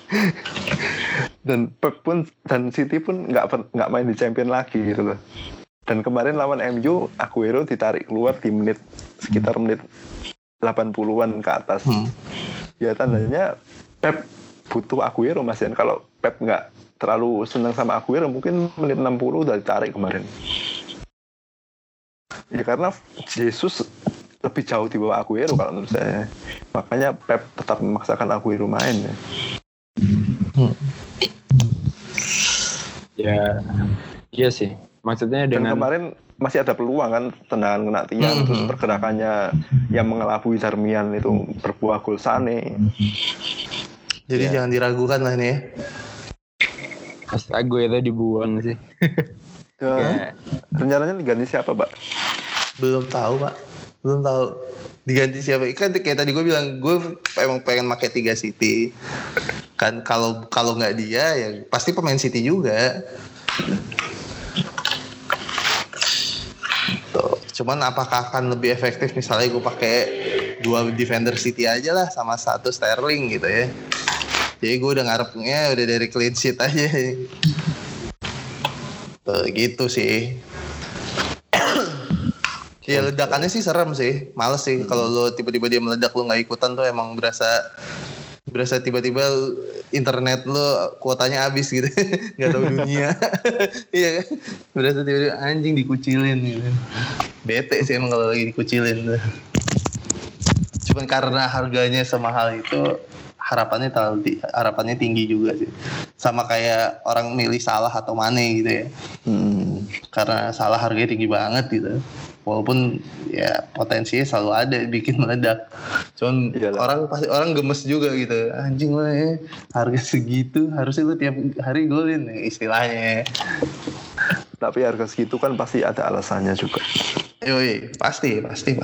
Dan Pep pun dan City pun nggak main di Champion lagi gitu loh. Dan kemarin lawan MU, Aguero ditarik keluar di sekitar menit 80-an ke atas. Ya tandanya Pep butuh Aguero Mas Yan. Kalau Pep nggak terlalu senang sama Aguero, mungkin menit 60 udah ditarik kemarin. Ya karena Jesus lebih jauh di bawah Aguero kalau menurut saya. Makanya Pep tetap memaksakan Aguero main ya. Ya, iya sih. Maksudnya dengan kemarin masih ada peluang kan, tendangan kena tiang, terus pergerakannya yang mengelabui Darmian itu berbuah gol Sane. Jadi jangan diragukan lah nih ya. Mas Aguero dibuang sih. Ya. Rencananya diganti siapa, Pak? Belum tahu Pak. Belum tahu. Diganti siapa? Kan kayak tadi gue bilang gue emang pengen pakai 3 City. Kan kalau nggak dia ya pasti pemain City juga. Tuh. Cuman apakah akan lebih efektif misalnya gue pakai 2 defender City aja lah sama 1 Sterling gitu ya. Jadi gue udah ngarepnya udah dari clean sheet aja. Tuh, gitu sih. Ya ledakannya sih serem sih, males sih kalau lo tiba-tiba dia meledak lo nggak ikutan tuh emang berasa tiba-tiba internet lo kuotanya habis gitu, nggak tahu dunia. Iya kan, berasa tiba-tiba anjing dikucilin gitu. Bete sih emang kalau lagi dikucilin tuh. Cuman karena harganya semahal itu harapannya tinggi juga sih. Sama kayak orang milih Salah atau Mane gitu ya. Karena Salah harganya tinggi banget gitu. Walaupun ya potensinya selalu ada bikin meledak. Cuman orang gemes juga gitu. Anjing lah ya, harga segitu harusnya lu tiap hari golin istilahnya. Tapi harga segitu kan pasti ada alasannya juga. Yoi, pasti.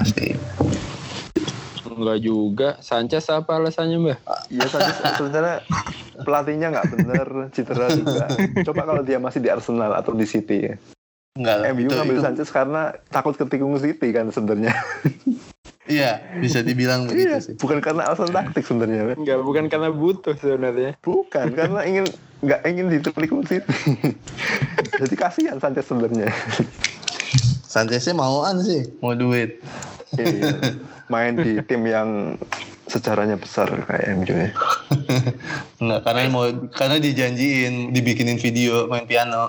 Enggak juga. Sanchez apa alasannya, Mbak? Iya, Sanchez sebenarnya pelatihnya nggak bener, cedera juga. Coba kalau dia masih di Arsenal atau di City ya. Enggak, MU ngambil Sanchez karena takut ketikung City kan sebenarnya. Iya, bisa dibilang begitu sih. Bukan karena alasan taktik sebenarnya. Enggak, bukan karena butuh sebenarnya. Bukan, karena nggak ingin ditikung City. Jadi kasihan Sanchez sebenarnya. Sancheznya mauan sih, mau duit. Iya, main di tim yang sejarahnya besar kayak MU ya. Enggak, karena dijanjiin dibikinin video main piano.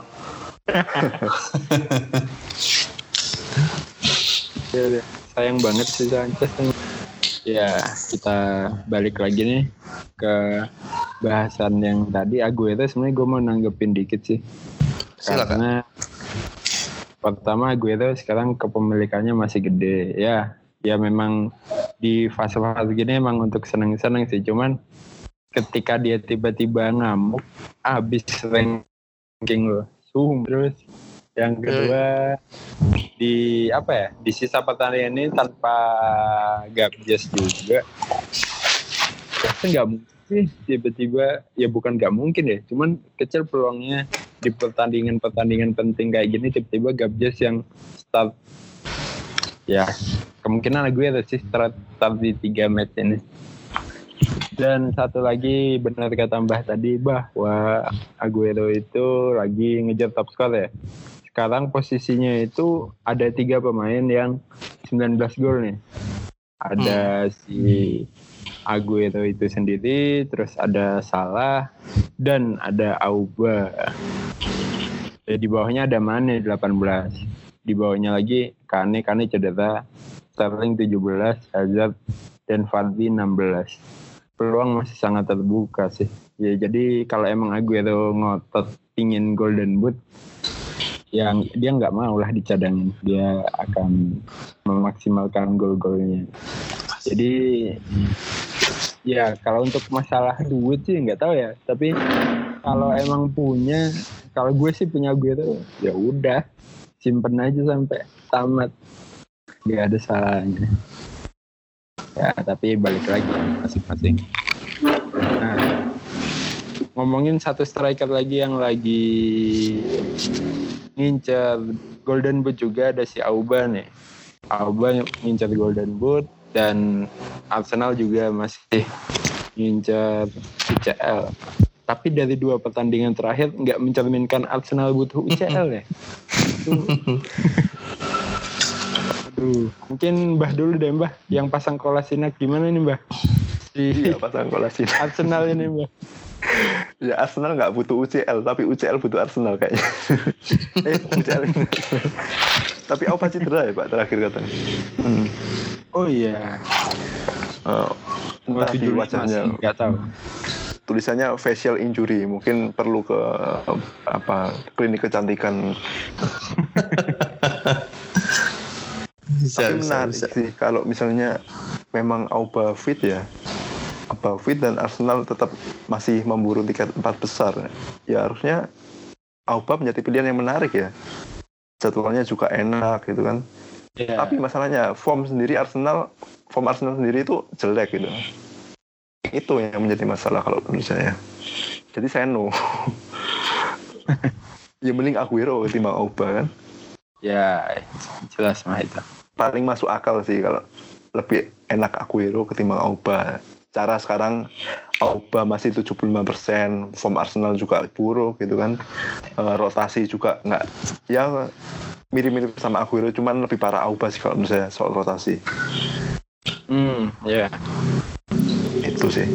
Ya, sayang banget sih Sanchez. Ya, kita balik lagi nih ke bahasan yang tadi. Aguero sebenarnya gue mau nanggepin dikit sih. Silakan. Karena pertama Aguero sekarang kepemilikannya masih gede. Ya memang di fase-fase gini emang untuk seneng-seneng sih. Cuman ketika dia tiba-tiba ngamuk, habis ranking loh. Terus yang kedua di sisa pertandingan ini tanpa Gabjes juga. Nggak mungkin sih tiba-tiba, ya bukan nggak mungkin ya, cuman kecil peluangnya di pertandingan penting kayak gini tiba-tiba Gabjes yang start. Ya kemungkinan gue ada sih start di 3 match ini. Dan satu lagi benar kata Mbah tadi bahwa Aguero itu lagi ngejar top score ya. Sekarang posisinya itu ada 3 pemain yang 19 gol nih. Ada si Aguero itu sendiri, terus ada Salah, dan ada Auba. Di bawahnya ada Mane 18. Di bawahnya lagi Kane cedera, Sterling 17, Hazard, dan Vardy 16. Peluang masih sangat terbuka sih. Ya jadi kalau emang Aguero ngotot pingin Golden Boot, yang dia nggak mau lah dicadangin. Dia akan memaksimalkan gol-golnya. Jadi ya kalau untuk masalah duit sih nggak tahu ya. Tapi kalau emang punya, kalau gue sih punya Aguero, ya udah simpen aja sampai tamat. Nggak ada salahnya. Ya, tapi balik lagi masing-masing. Nah, ngomongin satu striker lagi yang lagi ngincer Golden Boot juga, ada si Auba nih. Auba ngincer Golden Boot, dan Arsenal juga masih ngincer UCL. Tapi dari 2 pertandingan terakhir nggak mencerminkan Arsenal butuh UCL ya. Mungkin Mbah dulu deh Mbah, yang pasang Kolasinac gimana nih Mbah? Iya, pasang Kolasinac. Arsenal ini Mbah. Ya Arsenal nggak butuh UCL, tapi UCL butuh Arsenal kayaknya. UCL. Tapi Auba cedera ya Pak terakhir katanya. Oh iya. Entah di wajahnya. Nggak tahu. Tulisannya facial injury, mungkin perlu ke klinik kecantikan. Tapi menarik sih kalau misalnya memang Auba fit ya. above it dan Arsenal tetap masih memburu tiket 4 besar, ya harusnya Auba menjadi pilihan yang menarik ya. Jadwalnya juga enak gitu kan. Yeah. Tapi masalahnya form Arsenal sendiri itu jelek gitu. Itu yang menjadi masalah kalau menurut saya. Jadi saya no. Ya mending Aguero ketimbang Auba kan. Ya, jelas mah itu. Paling masuk akal sih kalau lebih enak Aguero ketimbang Auba. Cara sekarang Auba masih 75%, form Arsenal juga buruk gitu kan. Rotasi juga nggak, ya mirip-mirip sama Aguero, cuman lebih parah Auba sih kalau menurut saya soal rotasi. Ya. Itu sih.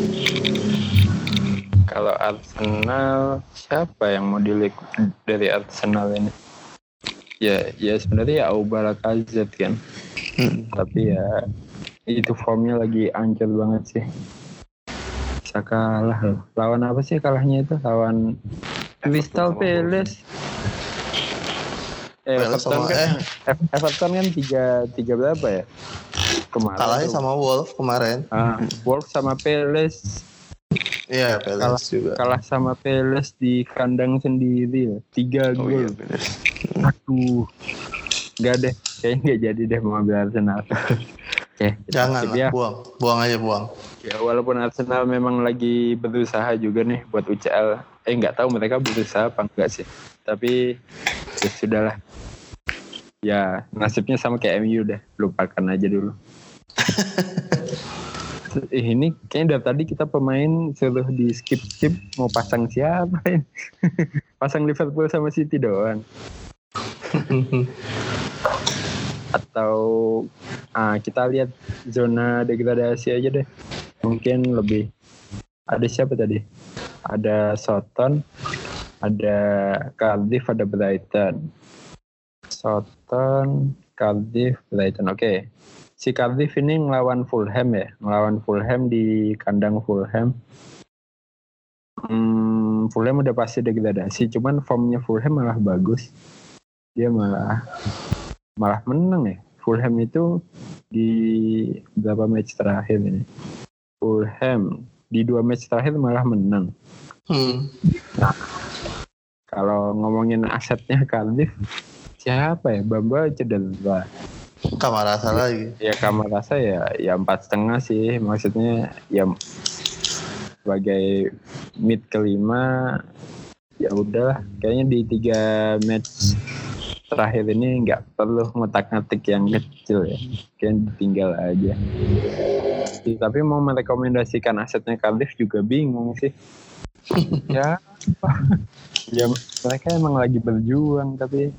Kalau Arsenal, siapa yang mau dilihat dari Arsenal ini? Ya sebenarnya ya Auba Lacazette kan. Tapi ya itu formnya lagi ancur banget sih. Bisa kalah loh. Lawan apa sih kalahnya itu? Lawan Crystal Palace. Everton kan 3 berapa ya? Kemarin kalahnya sama Wolves kemarin. Wolves sama Palace. Iya, Palace juga. Kalah sama Palace di kandang sendiri 3 gol. Iya, Aduh. Enggak deh. Kayaknya nggak jadi deh mau ambil Arsenal. Oke, jangan lah, ya. buang aja. Ya walaupun Arsenal memang lagi berusaha juga nih buat UCL. Nggak tahu mereka berusaha apa enggak sih. Tapi ya sudahlah. Ya nasibnya sama kayak MU deh. Lupakan aja dulu. Ini kayaknya dari tadi kita pemain suruh di skip mau pasang siapa ya? Pasang Liverpool sama City doang. Atau kita lihat zona degradasi aja deh. Mungkin lebih. Ada siapa tadi? Ada Southampton, ada Cardiff, ada Brighton. Southampton, Cardiff, Brighton. Oke. Si Cardiff ini ngelawan Fulham ya. Ngelawan Fulham di kandang Fulham. Fulham udah pasti degradasi. Cuman formnya Fulham malah bagus. Dia malah menang ya. Fulham itu di berapa match terakhir ini? Fulham di 2 match terakhir malah menang. Nah, kalau ngomongin asetnya Cardiff, siapa ya? Bamba cedera. Kamarasa lagi. Ya Kamarasa ya 4,5 sih. Maksudnya ya sebagai mid kelima ya udah. Kayaknya di 3 match terakhir ini nggak perlu ngotak-ngatik yang kecil ya, kayaknya tinggal aja. Tapi mau merekomendasikan asetnya Cardiff juga bingung sih. Ya mereka emang lagi berjuang tapi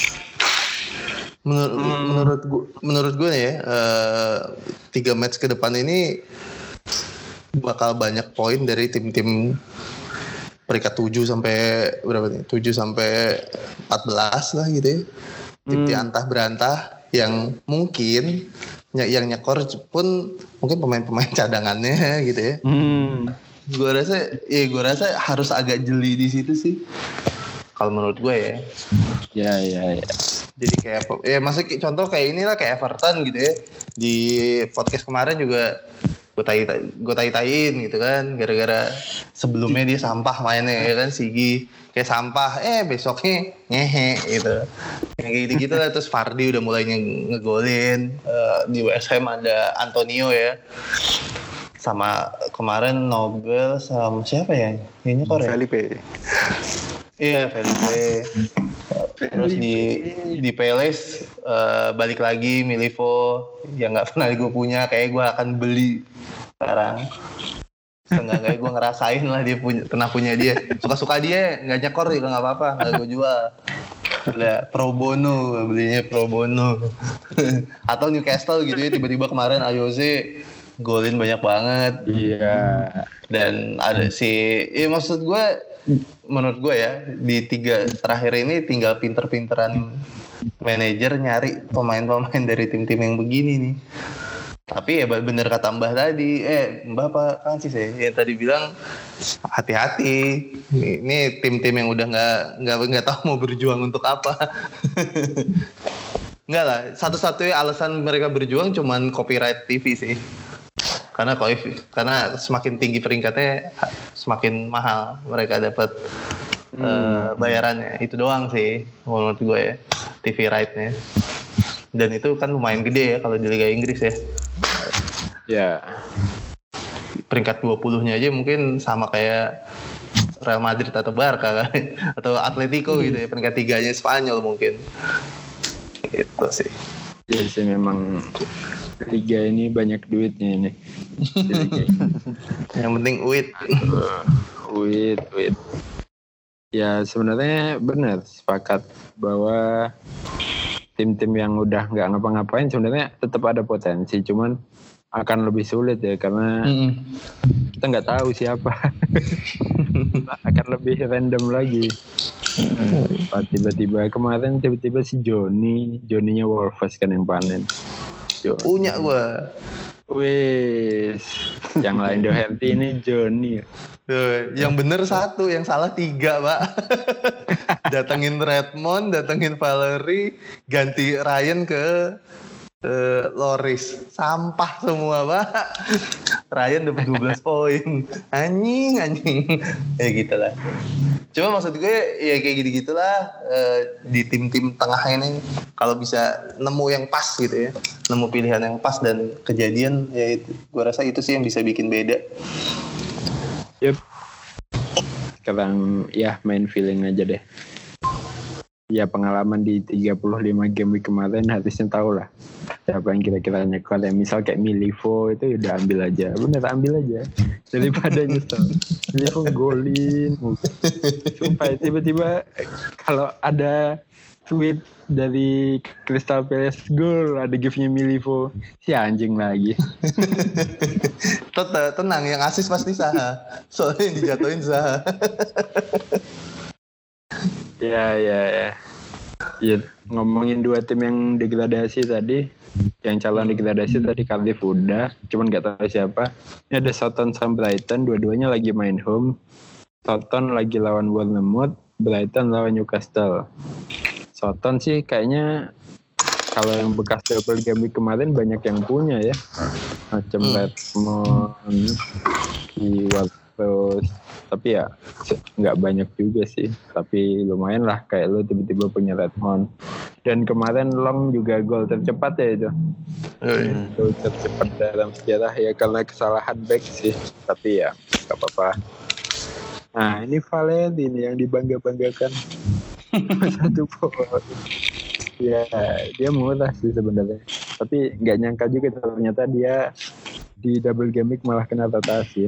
menurut gue ya 3 match ke depan ini bakal banyak poin dari tim-tim peringkat 7 sampai berapa nih? 7 sampai 14 lah gitu ya. Tim antah berantah yang mungkin yang nyekor pun mungkin pemain-pemain cadangannya gitu ya. Gue rasa harus agak jeli di situ sih. Kalau menurut gue ya. Ya. Jadi kayak maksudnya contoh kayak inilah kayak Everton gitu ya. Di podcast kemarin juga gue tai-taiin gitu kan, gara-gara sebelumnya dia sampah mainnya ya kan, Sigi kayak sampah, besoknya ngehe gitu, yang gitu lah. Terus Vardy udah mulai ngegolin, di West Ham ada Antonio ya, sama kemarin Nobel sama siapa ya, ini Korea Felipe. Iya, Felipe. Terus di Palace balik lagi Milivo yang nggak pernah gue punya, kayak gue akan beli sekarang. Seenggaknya gue ngerasain lah dia pernah punya dia. Suka-suka dia, nggak nyekor juga nggak apa-apa, nggak gue jual. Udah pro bono, belinya pro bono. Atau Newcastle gitu ya, tiba-tiba kemarin Ayoze golin banyak banget. Iya. Dan ada maksud gue, menurut gue ya, di 3 terakhir ini tinggal pinter-pinteran manajer nyari pemain-pemain dari tim-tim yang begini nih. Tapi ya bener kata Mbah tadi, Mbah apa kan sih saya yang tadi bilang hati-hati. Ini tim-tim yang udah nggak tahu mau berjuang untuk apa. Enggak lah, satu-satunya alasan mereka berjuang cuman copyright TV sih. karena semakin tinggi peringkatnya semakin mahal mereka dapat bayarannya. Itu doang sih menurut gue ya, TV right-nya. Dan itu kan lumayan gede ya kalau di Liga Inggris ya. Ya. Peringkat 20-nya aja mungkin sama kayak Real Madrid atau Barca kan, atau Atletico gitu ya, peringkat 3-nya Spanyol mungkin. Itu sih. Ya sih memang Liga ini banyak duitnya ini. Yang penting Uit. Ya sebenarnya benar, sepakat bahwa tim-tim yang udah nggak ngapa-ngapain sebenarnya tetap ada potensi, cuman akan lebih sulit ya karena kita nggak tahu siapa. Akan lebih random lagi. Tiba-tiba kemarin tiba-tiba si Johnny-nya Wolves kan yang panen. Punya gue. Wes, yang lain Doherty ini Johnny. Yang bener 1, yang salah 3, Pak. Datengin Redmond, datengin Valery, ganti Ryan ke Loris. Sampah semua, Pak. Ryan dapat 12 poin. Anjing. Ya gitu lah. Cuma maksud gue ya kayak gitu-gitulah, di tim-tim tengah ini kalau bisa nemu yang pas gitu ya, nemu pilihan yang pas dan kejadian ya itu, gue rasa itu sih yang bisa bikin beda. Yep. Sekarang ya main feeling aja deh. Ya pengalaman di 35 game week kemarin harusnya tahu lah siapa yang kira-kira nyekor ya. Misal kayak Milivo itu udah ambil aja, bener ambil aja daripada nyesel. Milivo golin, sumpah tiba-tiba kalau ada tweet dari Crystal Palace gol ada gifnya Milivo, si anjing lagi. Tenang, yang asis pasti Zaha, soalnya yang dijatuhin Zaha. Ya, ngomongin 2 tim yang degradasi tadi, yang calon degradasi tadi Cardiff udah, cuman nggak tahu siapa. Ini ada Southampton sama Brighton, dua-duanya lagi main home. Southampton lagi lawan Bournemouth, Brighton lawan Newcastle. Southampton sih kayaknya kalau yang bekas double game kemarin banyak yang punya ya, macam Redmond, Kiwat terus. Tapi ya nggak banyak juga sih, tapi lumayan lah kayak lo tiba-tiba punya Redmond. Dan kemarin Long juga gol tercepat ya itu. Gol tercepat dalam sejarah ya karena kesalahan back sih, tapi ya nggak apa-apa. Nah ini Valeri nih yang dibangga-banggakan. 1 poin. Ya dia murah sih sebenarnya, tapi nggak nyangka juga ternyata dia di double game week malah kena rotasi ya.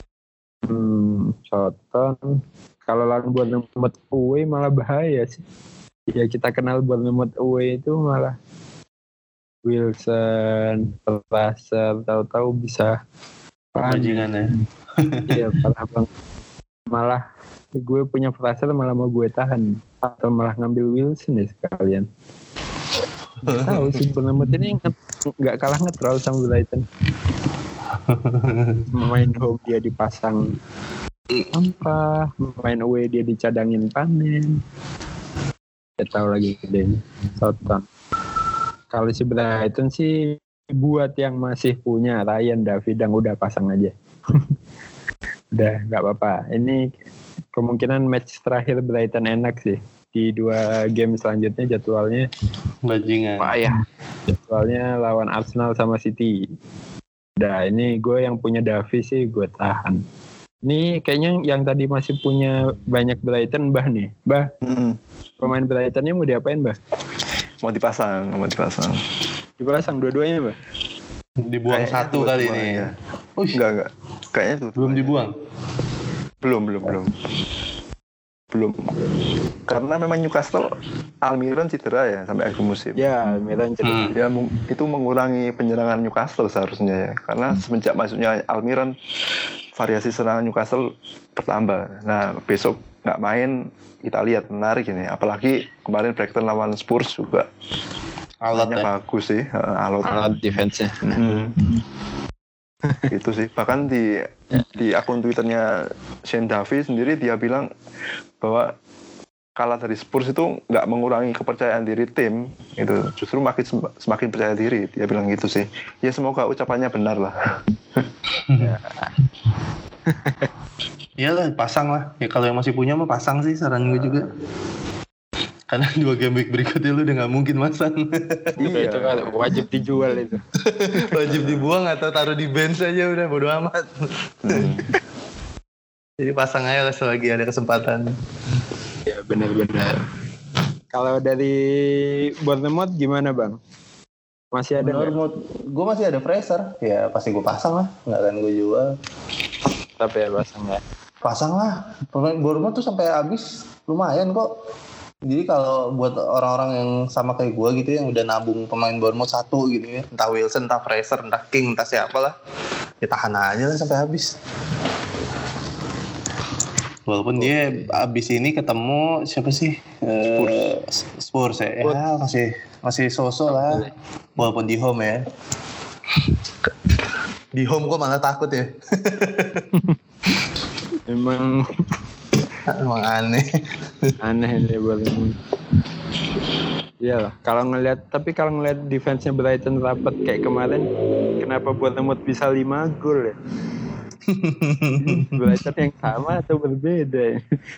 Soton kalau lawan Bournemouth away malah bahaya sih. Ya kita kenal Bournemouth away itu malah Wilson, Fraser, tahu-tahu bisa bajingan ya. Iya parah banget. Malah gue punya Fraser malah mau gue tahan atau malah ngambil Wilson ya sekalian. Gak tahu sih Bournemouth ini nggak kalah ngetral sama Brighton. Main home dia dipasang main away dia dicadangin panen. Kita tahu lagi gedenya Southampton. Kalau si Brighton sih buat yang masih punya Ryan David yang udah pasang aja. Udah nggak apa-apa. Ini kemungkinan match terakhir Brighton enak sih. Di 2 game selanjutnya jadwalnya bajingan. Payah. Jadwalnya lawan Arsenal sama City. Nah ini gue yang punya Davi sih gue tahan. Ini kayaknya yang tadi masih punya banyak Brighton Bah nih. Bah, pemain Brightonnya mau diapain Bah? Mau dipasang. Dipasang dua-duanya Bah? Dibuang kayaknya 1 kali ini ya. Enggak. Kayaknya tuh. Belum dibuang? Belum. Karena memang Newcastle Almiron cedera ya sampai akhir musim. Ya, Almiron cedera. Ya itu mengurangi penyerangan Newcastle seharusnya ya. Karena semenjak masuknya Almiron variasi serangan Newcastle bertambah. Nah, besok nggak main kita lihat menarik ini. Apalagi kemarin Brighton lawan Spurs juga. Alatnya bagus sih, alat defense-nya. Gitu sih. Bahkan di akun Twitternya Shane Duffy sendiri dia bilang bahwa kalah dari Spurs itu nggak mengurangi kepercayaan diri tim, itu justru semakin percaya diri. Dia bilang gitu sih. Ya semoga ucapannya benar lah. Iyalah pasang lah. Ya kalau yang masih punya mah pasang sih saran gue juga. Karena 2 game week berikutnya lu udah nggak mungkin masang. Iya. Itu kan wajib dijual itu. Wajib dibuang atau taruh di bench aja udah bodo amat. Jadi pasang aja lah selagi ada kesempatan. Ya benar-benar. Kalau dari Bournemouth gimana Bang? Masih ada nggak? Gue masih ada Fraser. Ya pasti gue pasang lah. Nggak akan gue jual. Tapi ya pasang ya. Pasang lah. Pemain Bournemouth tuh sampai habis lumayan kok. Jadi kalau buat orang-orang yang sama kayak gue gitu yang udah nabung pemain Bournemouth 1 gitu ya. Entah Wilson, entah Fraser, entah King, entah siapa lah. Ya tahan aja lah sampai habis. Walaupun dia abis ini ketemu siapa sih? Spurs ya. Ya masih so-so lah. Walaupun di home ya. Di home kok malah takut ya. Emang aneh. Aneh ini Bournemouth. Iyalah, kalau ngelihat defense-nya Brighton rapat kayak kemarin, kenapa Bournemouth bisa 5 gol ya? Brighton yang sama atau berbeda ya?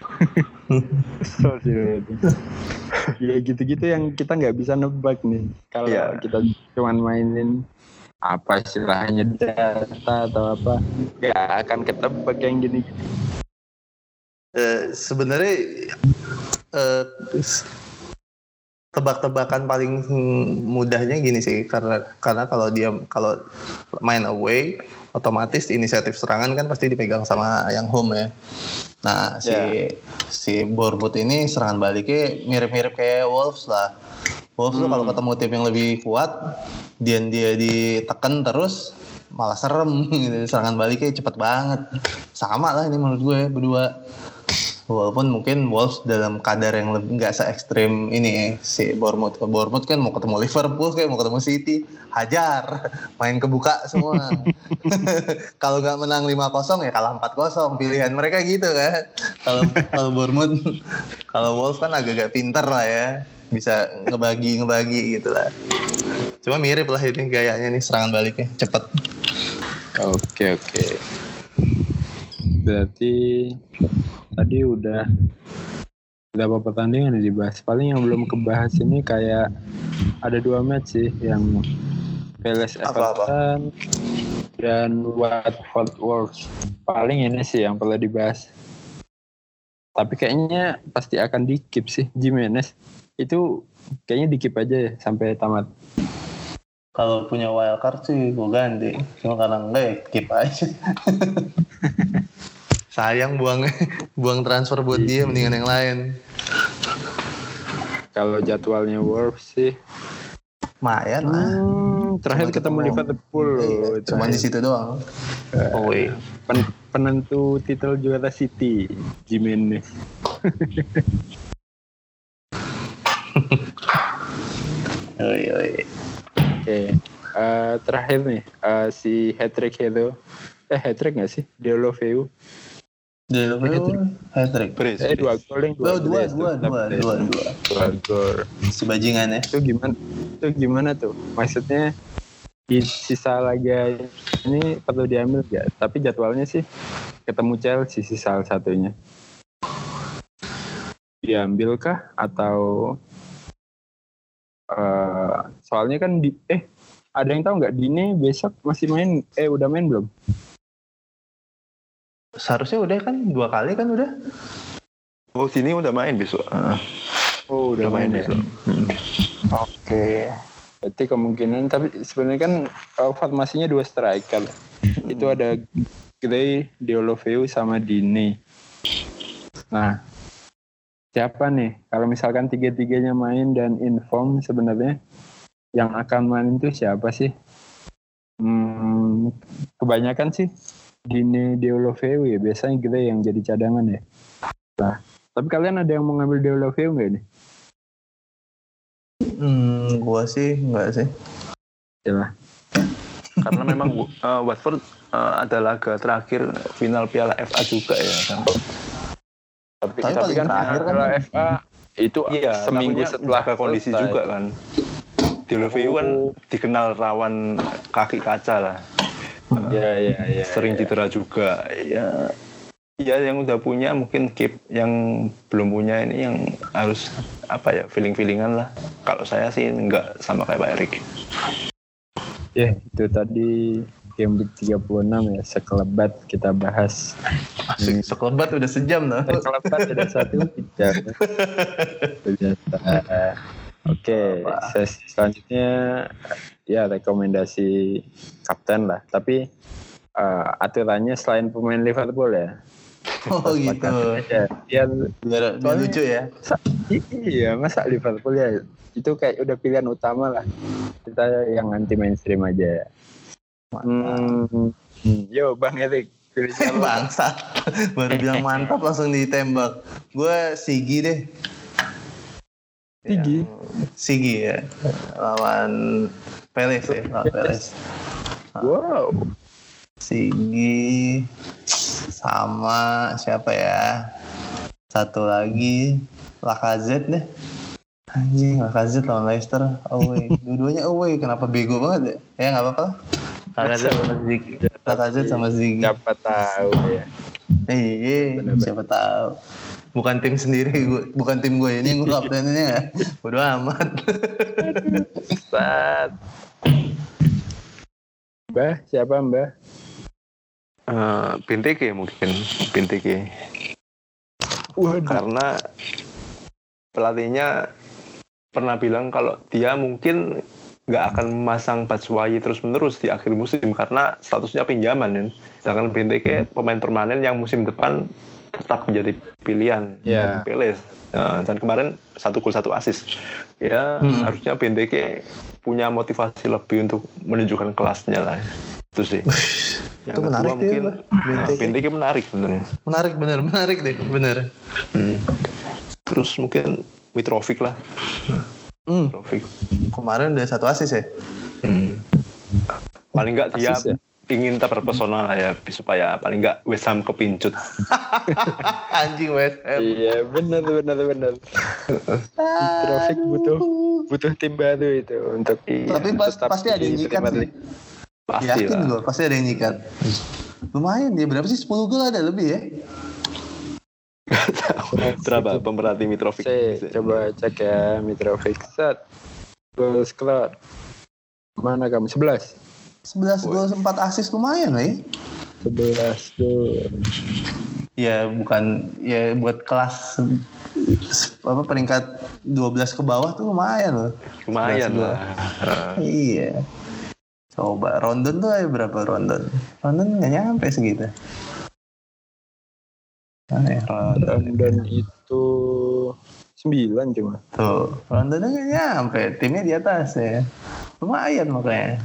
Ya gitu-gitu yang kita nggak bisa nebak nih. Kalau kita cuman mainin apa istilahnya data atau apa, nggak akan ketebak yang gini. Sebenarnya tebak-tebakan paling mudahnya gini sih, karena kalau main away otomatis inisiatif serangan kan pasti dipegang sama yang home ya. Nah si Bournemouth ini serangan baliknya mirip-mirip kayak Wolves lah. Wolves tuh kalau ketemu tim yang lebih kuat, dia ditekan terus malah serem gitu. Serangan baliknya cepet banget. Sama lah ini menurut gue berdua. Walaupun mungkin Wolves dalam kadar yang lebih nggak se-ekstrim ini si Bournemouth. Bournemouth kan mau ketemu Liverpool, kayak mau ketemu City, hajar, main kebuka semua. Kalau nggak menang 5-0 ya kalah 4-0, pilihan mereka gitu kan. Kalau Bournemouth, kalau Wolves kan agak-agak pintar lah ya, bisa ngebagi gitu lah. Cuma mirip lah ini gayanya nih serangan baliknya cepet. Oke. Berarti tadi udah berapa pertandingan yang dibahas. Paling yang belum kebahas ini kayak ada 2 match sih, yang Palace Everton dan Watford Wolves. Paling ini sih yang perlu dibahas. Tapi kayaknya pasti akan di-keep sih Jimenez. Itu kayaknya di-keep aja ya sampai tamat. Kalau punya wildcard sih gue ganti. Cuma karena enggak ya keep aja. Sayang buang transfer buat dia, mendingan yang lain. Kalau jadwalnya Wolves sih lumayan lah. Terakhir ketemu Liverpool loh. Cuma di situ doang. Penentu titel juara City, Jimenez. Oke. Terakhir nih si hat-trick itu. Hat-trick nggak sih? Deulofeu. Hat-trick. 2 gol yang 2 gol. Si bajingan ya. Itu gimana tuh? Maksudnya di sisa laga ini perlu diambil nggak? Tapi jadwalnya sih ketemu Chelsea sih salah satunya. Diambil kah atau soalnya kan ada yang tahu nggak Dine besok masih main? Udah main belum? Seharusnya udah kan 2 kali kan udah. Oh sini udah main besok. Udah main besok. Oke. Berarti kemungkinan, tapi sebenarnya kan formasinya 2 striker. Itu ada Gray, Deulofeu sama Dine. Nah, siapa nih? Kalau misalkan 3-3-nya main dan inform sebenarnya yang akan main itu siapa sih? Kebanyakan sih Dine, Deulofeu ya, biasanya Gray yang jadi cadangan ya. Nah, tapi kalian ada yang mau ngambil Deulofeu nggak nih? Gua sih enggak sih. Yalah. Karena memang Watford ada laga terakhir final Piala FA juga ya kan. Tapi paling kan terakhir kan Piala FA itu Iya, seminggu takutnya setelah jaga kondisi selesai. juga kan. Di Leveu kan dikenal rawan kaki kaca lah. Iya. Sering cedera juga. Ya yang udah punya mungkin keep, yang belum punya ini yang harus feeling-feelingan lah. Kalau saya sih enggak sama kayak Pak Erik. Ya, itu tadi game week 36 ya, sekelebat kita bahas. Asik, sekelebat udah sejam dah. Sekelebat ada 1 jam. Oke, sesi selanjutnya ya rekomendasi kapten lah. Tapi aturannya selain pemain Liverpool ya. Oh gitu. Ya, Biar lucu ya. Iya, masa Liverpool ya itu kayak udah pilihan utama lah. Kita yang anti mainstream aja. Yo Bang Erik, pilih siapa? Bangsa. Baru bilang mantap langsung ditembak. Gue Sigi deh. Sigi ya. Lawan Palace ya. Lawan Palace. Wow. Sigi sama siapa ya? Satu lagi Lacazette deh. Anjing, Lacazette lawan Leicester away. Dua-duanya away. Kenapa bego banget ya? Ya nggak apa-apa. Lacazette sama Ziggy. Siapa tahu ya. Iya, siapa tahu. Bukan tim sendiri, bukan tim gue ini, gue kaptennya. Bodoh amat. Sat. Mbah, siapa Mbah? Benteke mungkin. Benteke. Karena pelatihnya pernah bilang kalau dia mungkin nggak akan memasang Batshuayi terus-menerus di akhir musim karena statusnya pinjaman kan. Sedangkan Benteke pemain permanen yang musim depan tetap menjadi pilihan bagi Palace. Dan kemarin 1 gol 1 assist. Ya harusnya Benteke punya motivasi lebih untuk menunjukkan kelasnya lah. Itu sih. Itu menarik mungkin Benteke menarik sebenarnya. Menarik deh, bener. Terus mungkin Mitrovic lah. Mitrovic. Kemarin udah 1 assist ya. Paling nggak dia ingin terpesona lah ya supaya paling nggak West Ham kepincut. Anjing West Ham. Iya benar. Mitrovic butuh tim baru itu untuk. Tapi pasti ada yang nyikat sih. Pasti yakin lah. gue pasti ada yang nyikat. Lumayan dia berapa sih 10 gol ada lebih ya. Berapa pemerhati Mitrovic? Coba cek ya Mitrovic. Set. Gol skor. Mana kamu? 11 gol 4 assist lumayan lah ya. 11 gol. Ya bukan ya buat kelas peringkat 12 ke bawah tuh lumayan loh. Lumayan lah. Iya. Coba Rondon tuh berapa Rondon? Rondon nggak nyampe segitu. Rondon itu 9 cuma. Tuh, Rondonnya nggak nyampe. Timnya di atas ya. Lumayan makanya.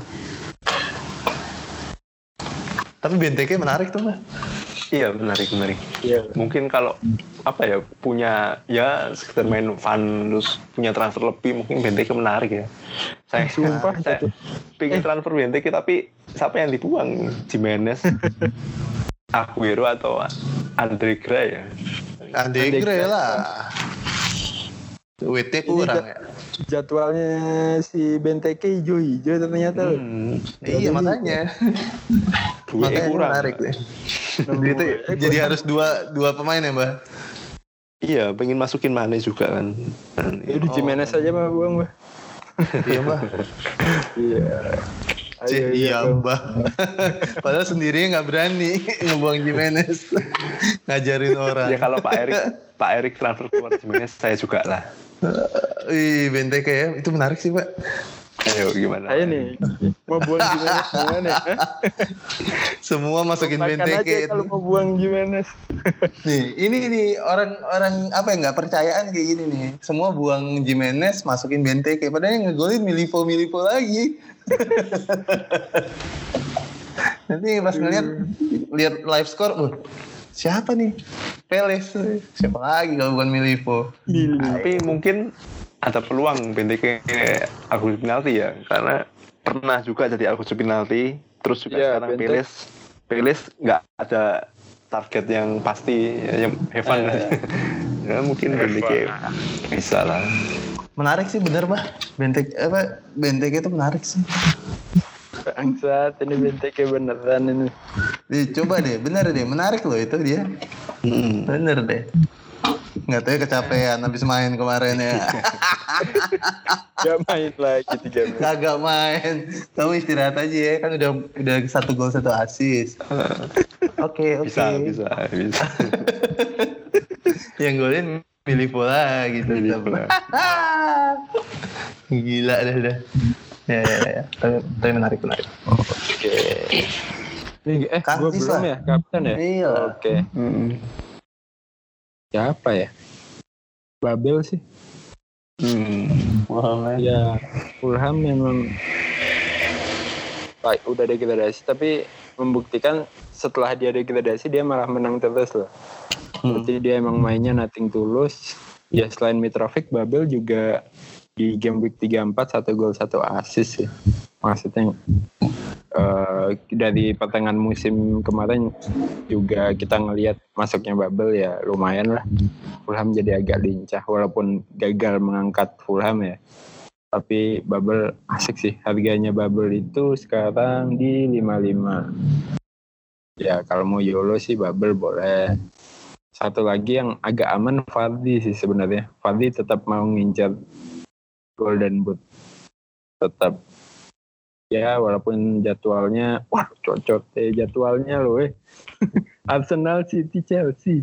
Tapi Benteke menarik tuh, Mas. Iya, menarik. Iya. Mungkin kalau punya sekedar main fun terus punya transfer lebih, mungkin Benteke menarik ya. Saya pengen transfer Benteke tapi siapa yang dibuang? Jimenez, Aguero atau Andre Gray ya? Andre Gray lah. Duitnya kurang ya. Jadwalnya si Benteke hijau-hijau ternyata. Iya makanya. Makanya kurang. Menarik deh. Itu jadi harus dua pemain ya, Mbak? Iya, pengen masukin Mane juga kan. Di Jimenez aja mah buang, Mbak. Iya, Mbak. Iya. Iya, Mbak. Padahal sendirinya nggak berani ngebuang Jimenez. Ngajarin orang. Ya kalau Pak Erik transfer keluar Jimenez saya juga lah. Benteke ya, itu menarik sih, Pak. Ayo gimana? Ayo nih, mau buang Jimenez gimana? Semua masukin Benteke. Kalau mau buang Jimenez. Nih, ini nih orang apa yang nggak percayaan kayak gini nih. Semua buang Jimenez, masukin Benteke. Padahal yang ngegolin Milivo lagi. Nanti pas lihat live score, siapa nih? Palace. Siapa lagi kalau bukan Milivo? Tapi mungkin ada peluang Benteke aku penalti ya, karena pernah juga jadi aku penalti. Terus juga sekarang Palace nggak ada target yang pasti, yang have fun. Ya mungkin Benteke bisa lah. Menarik sih bener bah. Benteke itu menarik sih. Bangsat, ini Benteke beneran ini. Coba deh, bener deh, menarik loh itu dia. Bener deh. Nggak tahu ya kecapean habis main kemarin ya. Gak main lagi 3 menit. Kagak main. Kamu istirahat aja ya, kan udah 1 gol 1 assist. Oke. Bisa. Yang golin pilih bola gitu. Pilih bola. Gila dah. Ya. Tapi menarik. Oke. Gue belum ya, kapten ya? Iya. Oke. Siapa ya? Babel sih. Ya, Fulham memang baik, udah degradasi, tapi membuktikan setelah dia degradasi dia malah menang terus loh. Berarti dia emang mainnya nothing tulus. Ya selain Mitrovic, Babel juga di game week 34 1 gol 1 assist sih. Maksudnya dari pertengahan musim kemarin juga kita ngelihat masuknya Babel ya lumayan lah. Fulham jadi agak lincah walaupun gagal mengangkat Fulham ya. Tapi Babel asik sih. Harganya Babel itu sekarang di 55. Ya kalau mau YOLO sih Babel boleh. Satu lagi yang agak aman Vardy sih sebenarnya. Vardy tetap mau ngincar Golden Boot. Tetap. Ya walaupun jadwalnya cocok jadwalnya loh Arsenal, City, Chelsea.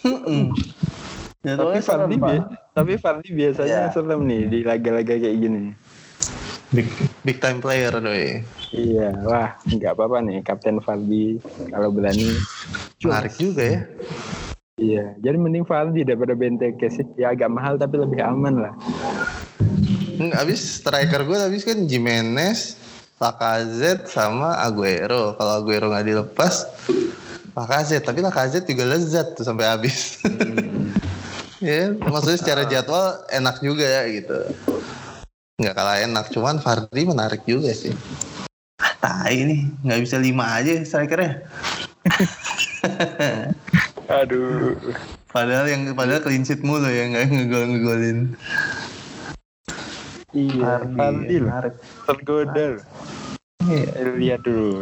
Tapi Vardy biasanya serem nih di laga-laga kayak gini. Big time player doi. Iya, wah nggak apa-apa nih Kapten Vardy kalau berani. Menarik juga ya. Iya, jadi mending Vardy daripada Benteke sih. Ya agak mahal tapi lebih aman lah. Abis striker gue kan Jimenez, Lacazette sama Aguero. Kalau Aguero nggak dilepas, Lacazette. Tapi Lacazette juga lezat tuh sampai habis. Ya, maksudnya secara jadwal enak juga ya gitu. Nggak kalah enak, cuman Vardy menarik juga sih. Tai nih, nggak bisa 5 aja strikernya. Aduh. Padahal clean sheet mulu ya, nggak ngegolin. Iya, Vardy lah. Tergoda. Lihat dulu.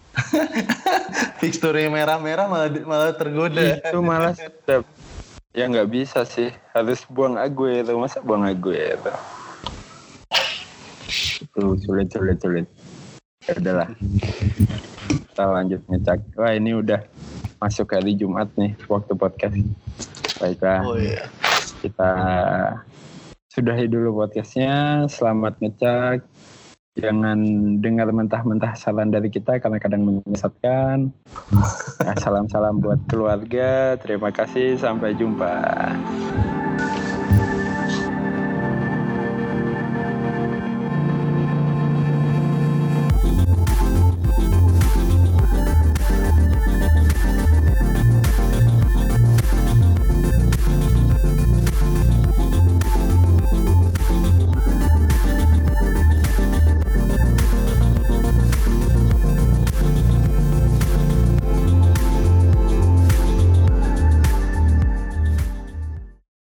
Fixture merah-merah malah tergoda. Itu malah sedap. Ya nggak bisa sih. Harus buang Aguero. Masa buang Aguero? Itu sulit. Ya udahlah. Kita lanjut ngecek. Wah ini udah masuk hari Jumat nih waktu podcast. Baiklah. Oh iya. Kita sudahi dulu podcastnya. Selamat ngecek. Jangan dengar mentah-mentah saran dari kita karena kadang menyesatkan. Salam-salam buat keluarga. Terima kasih. Sampai jumpa.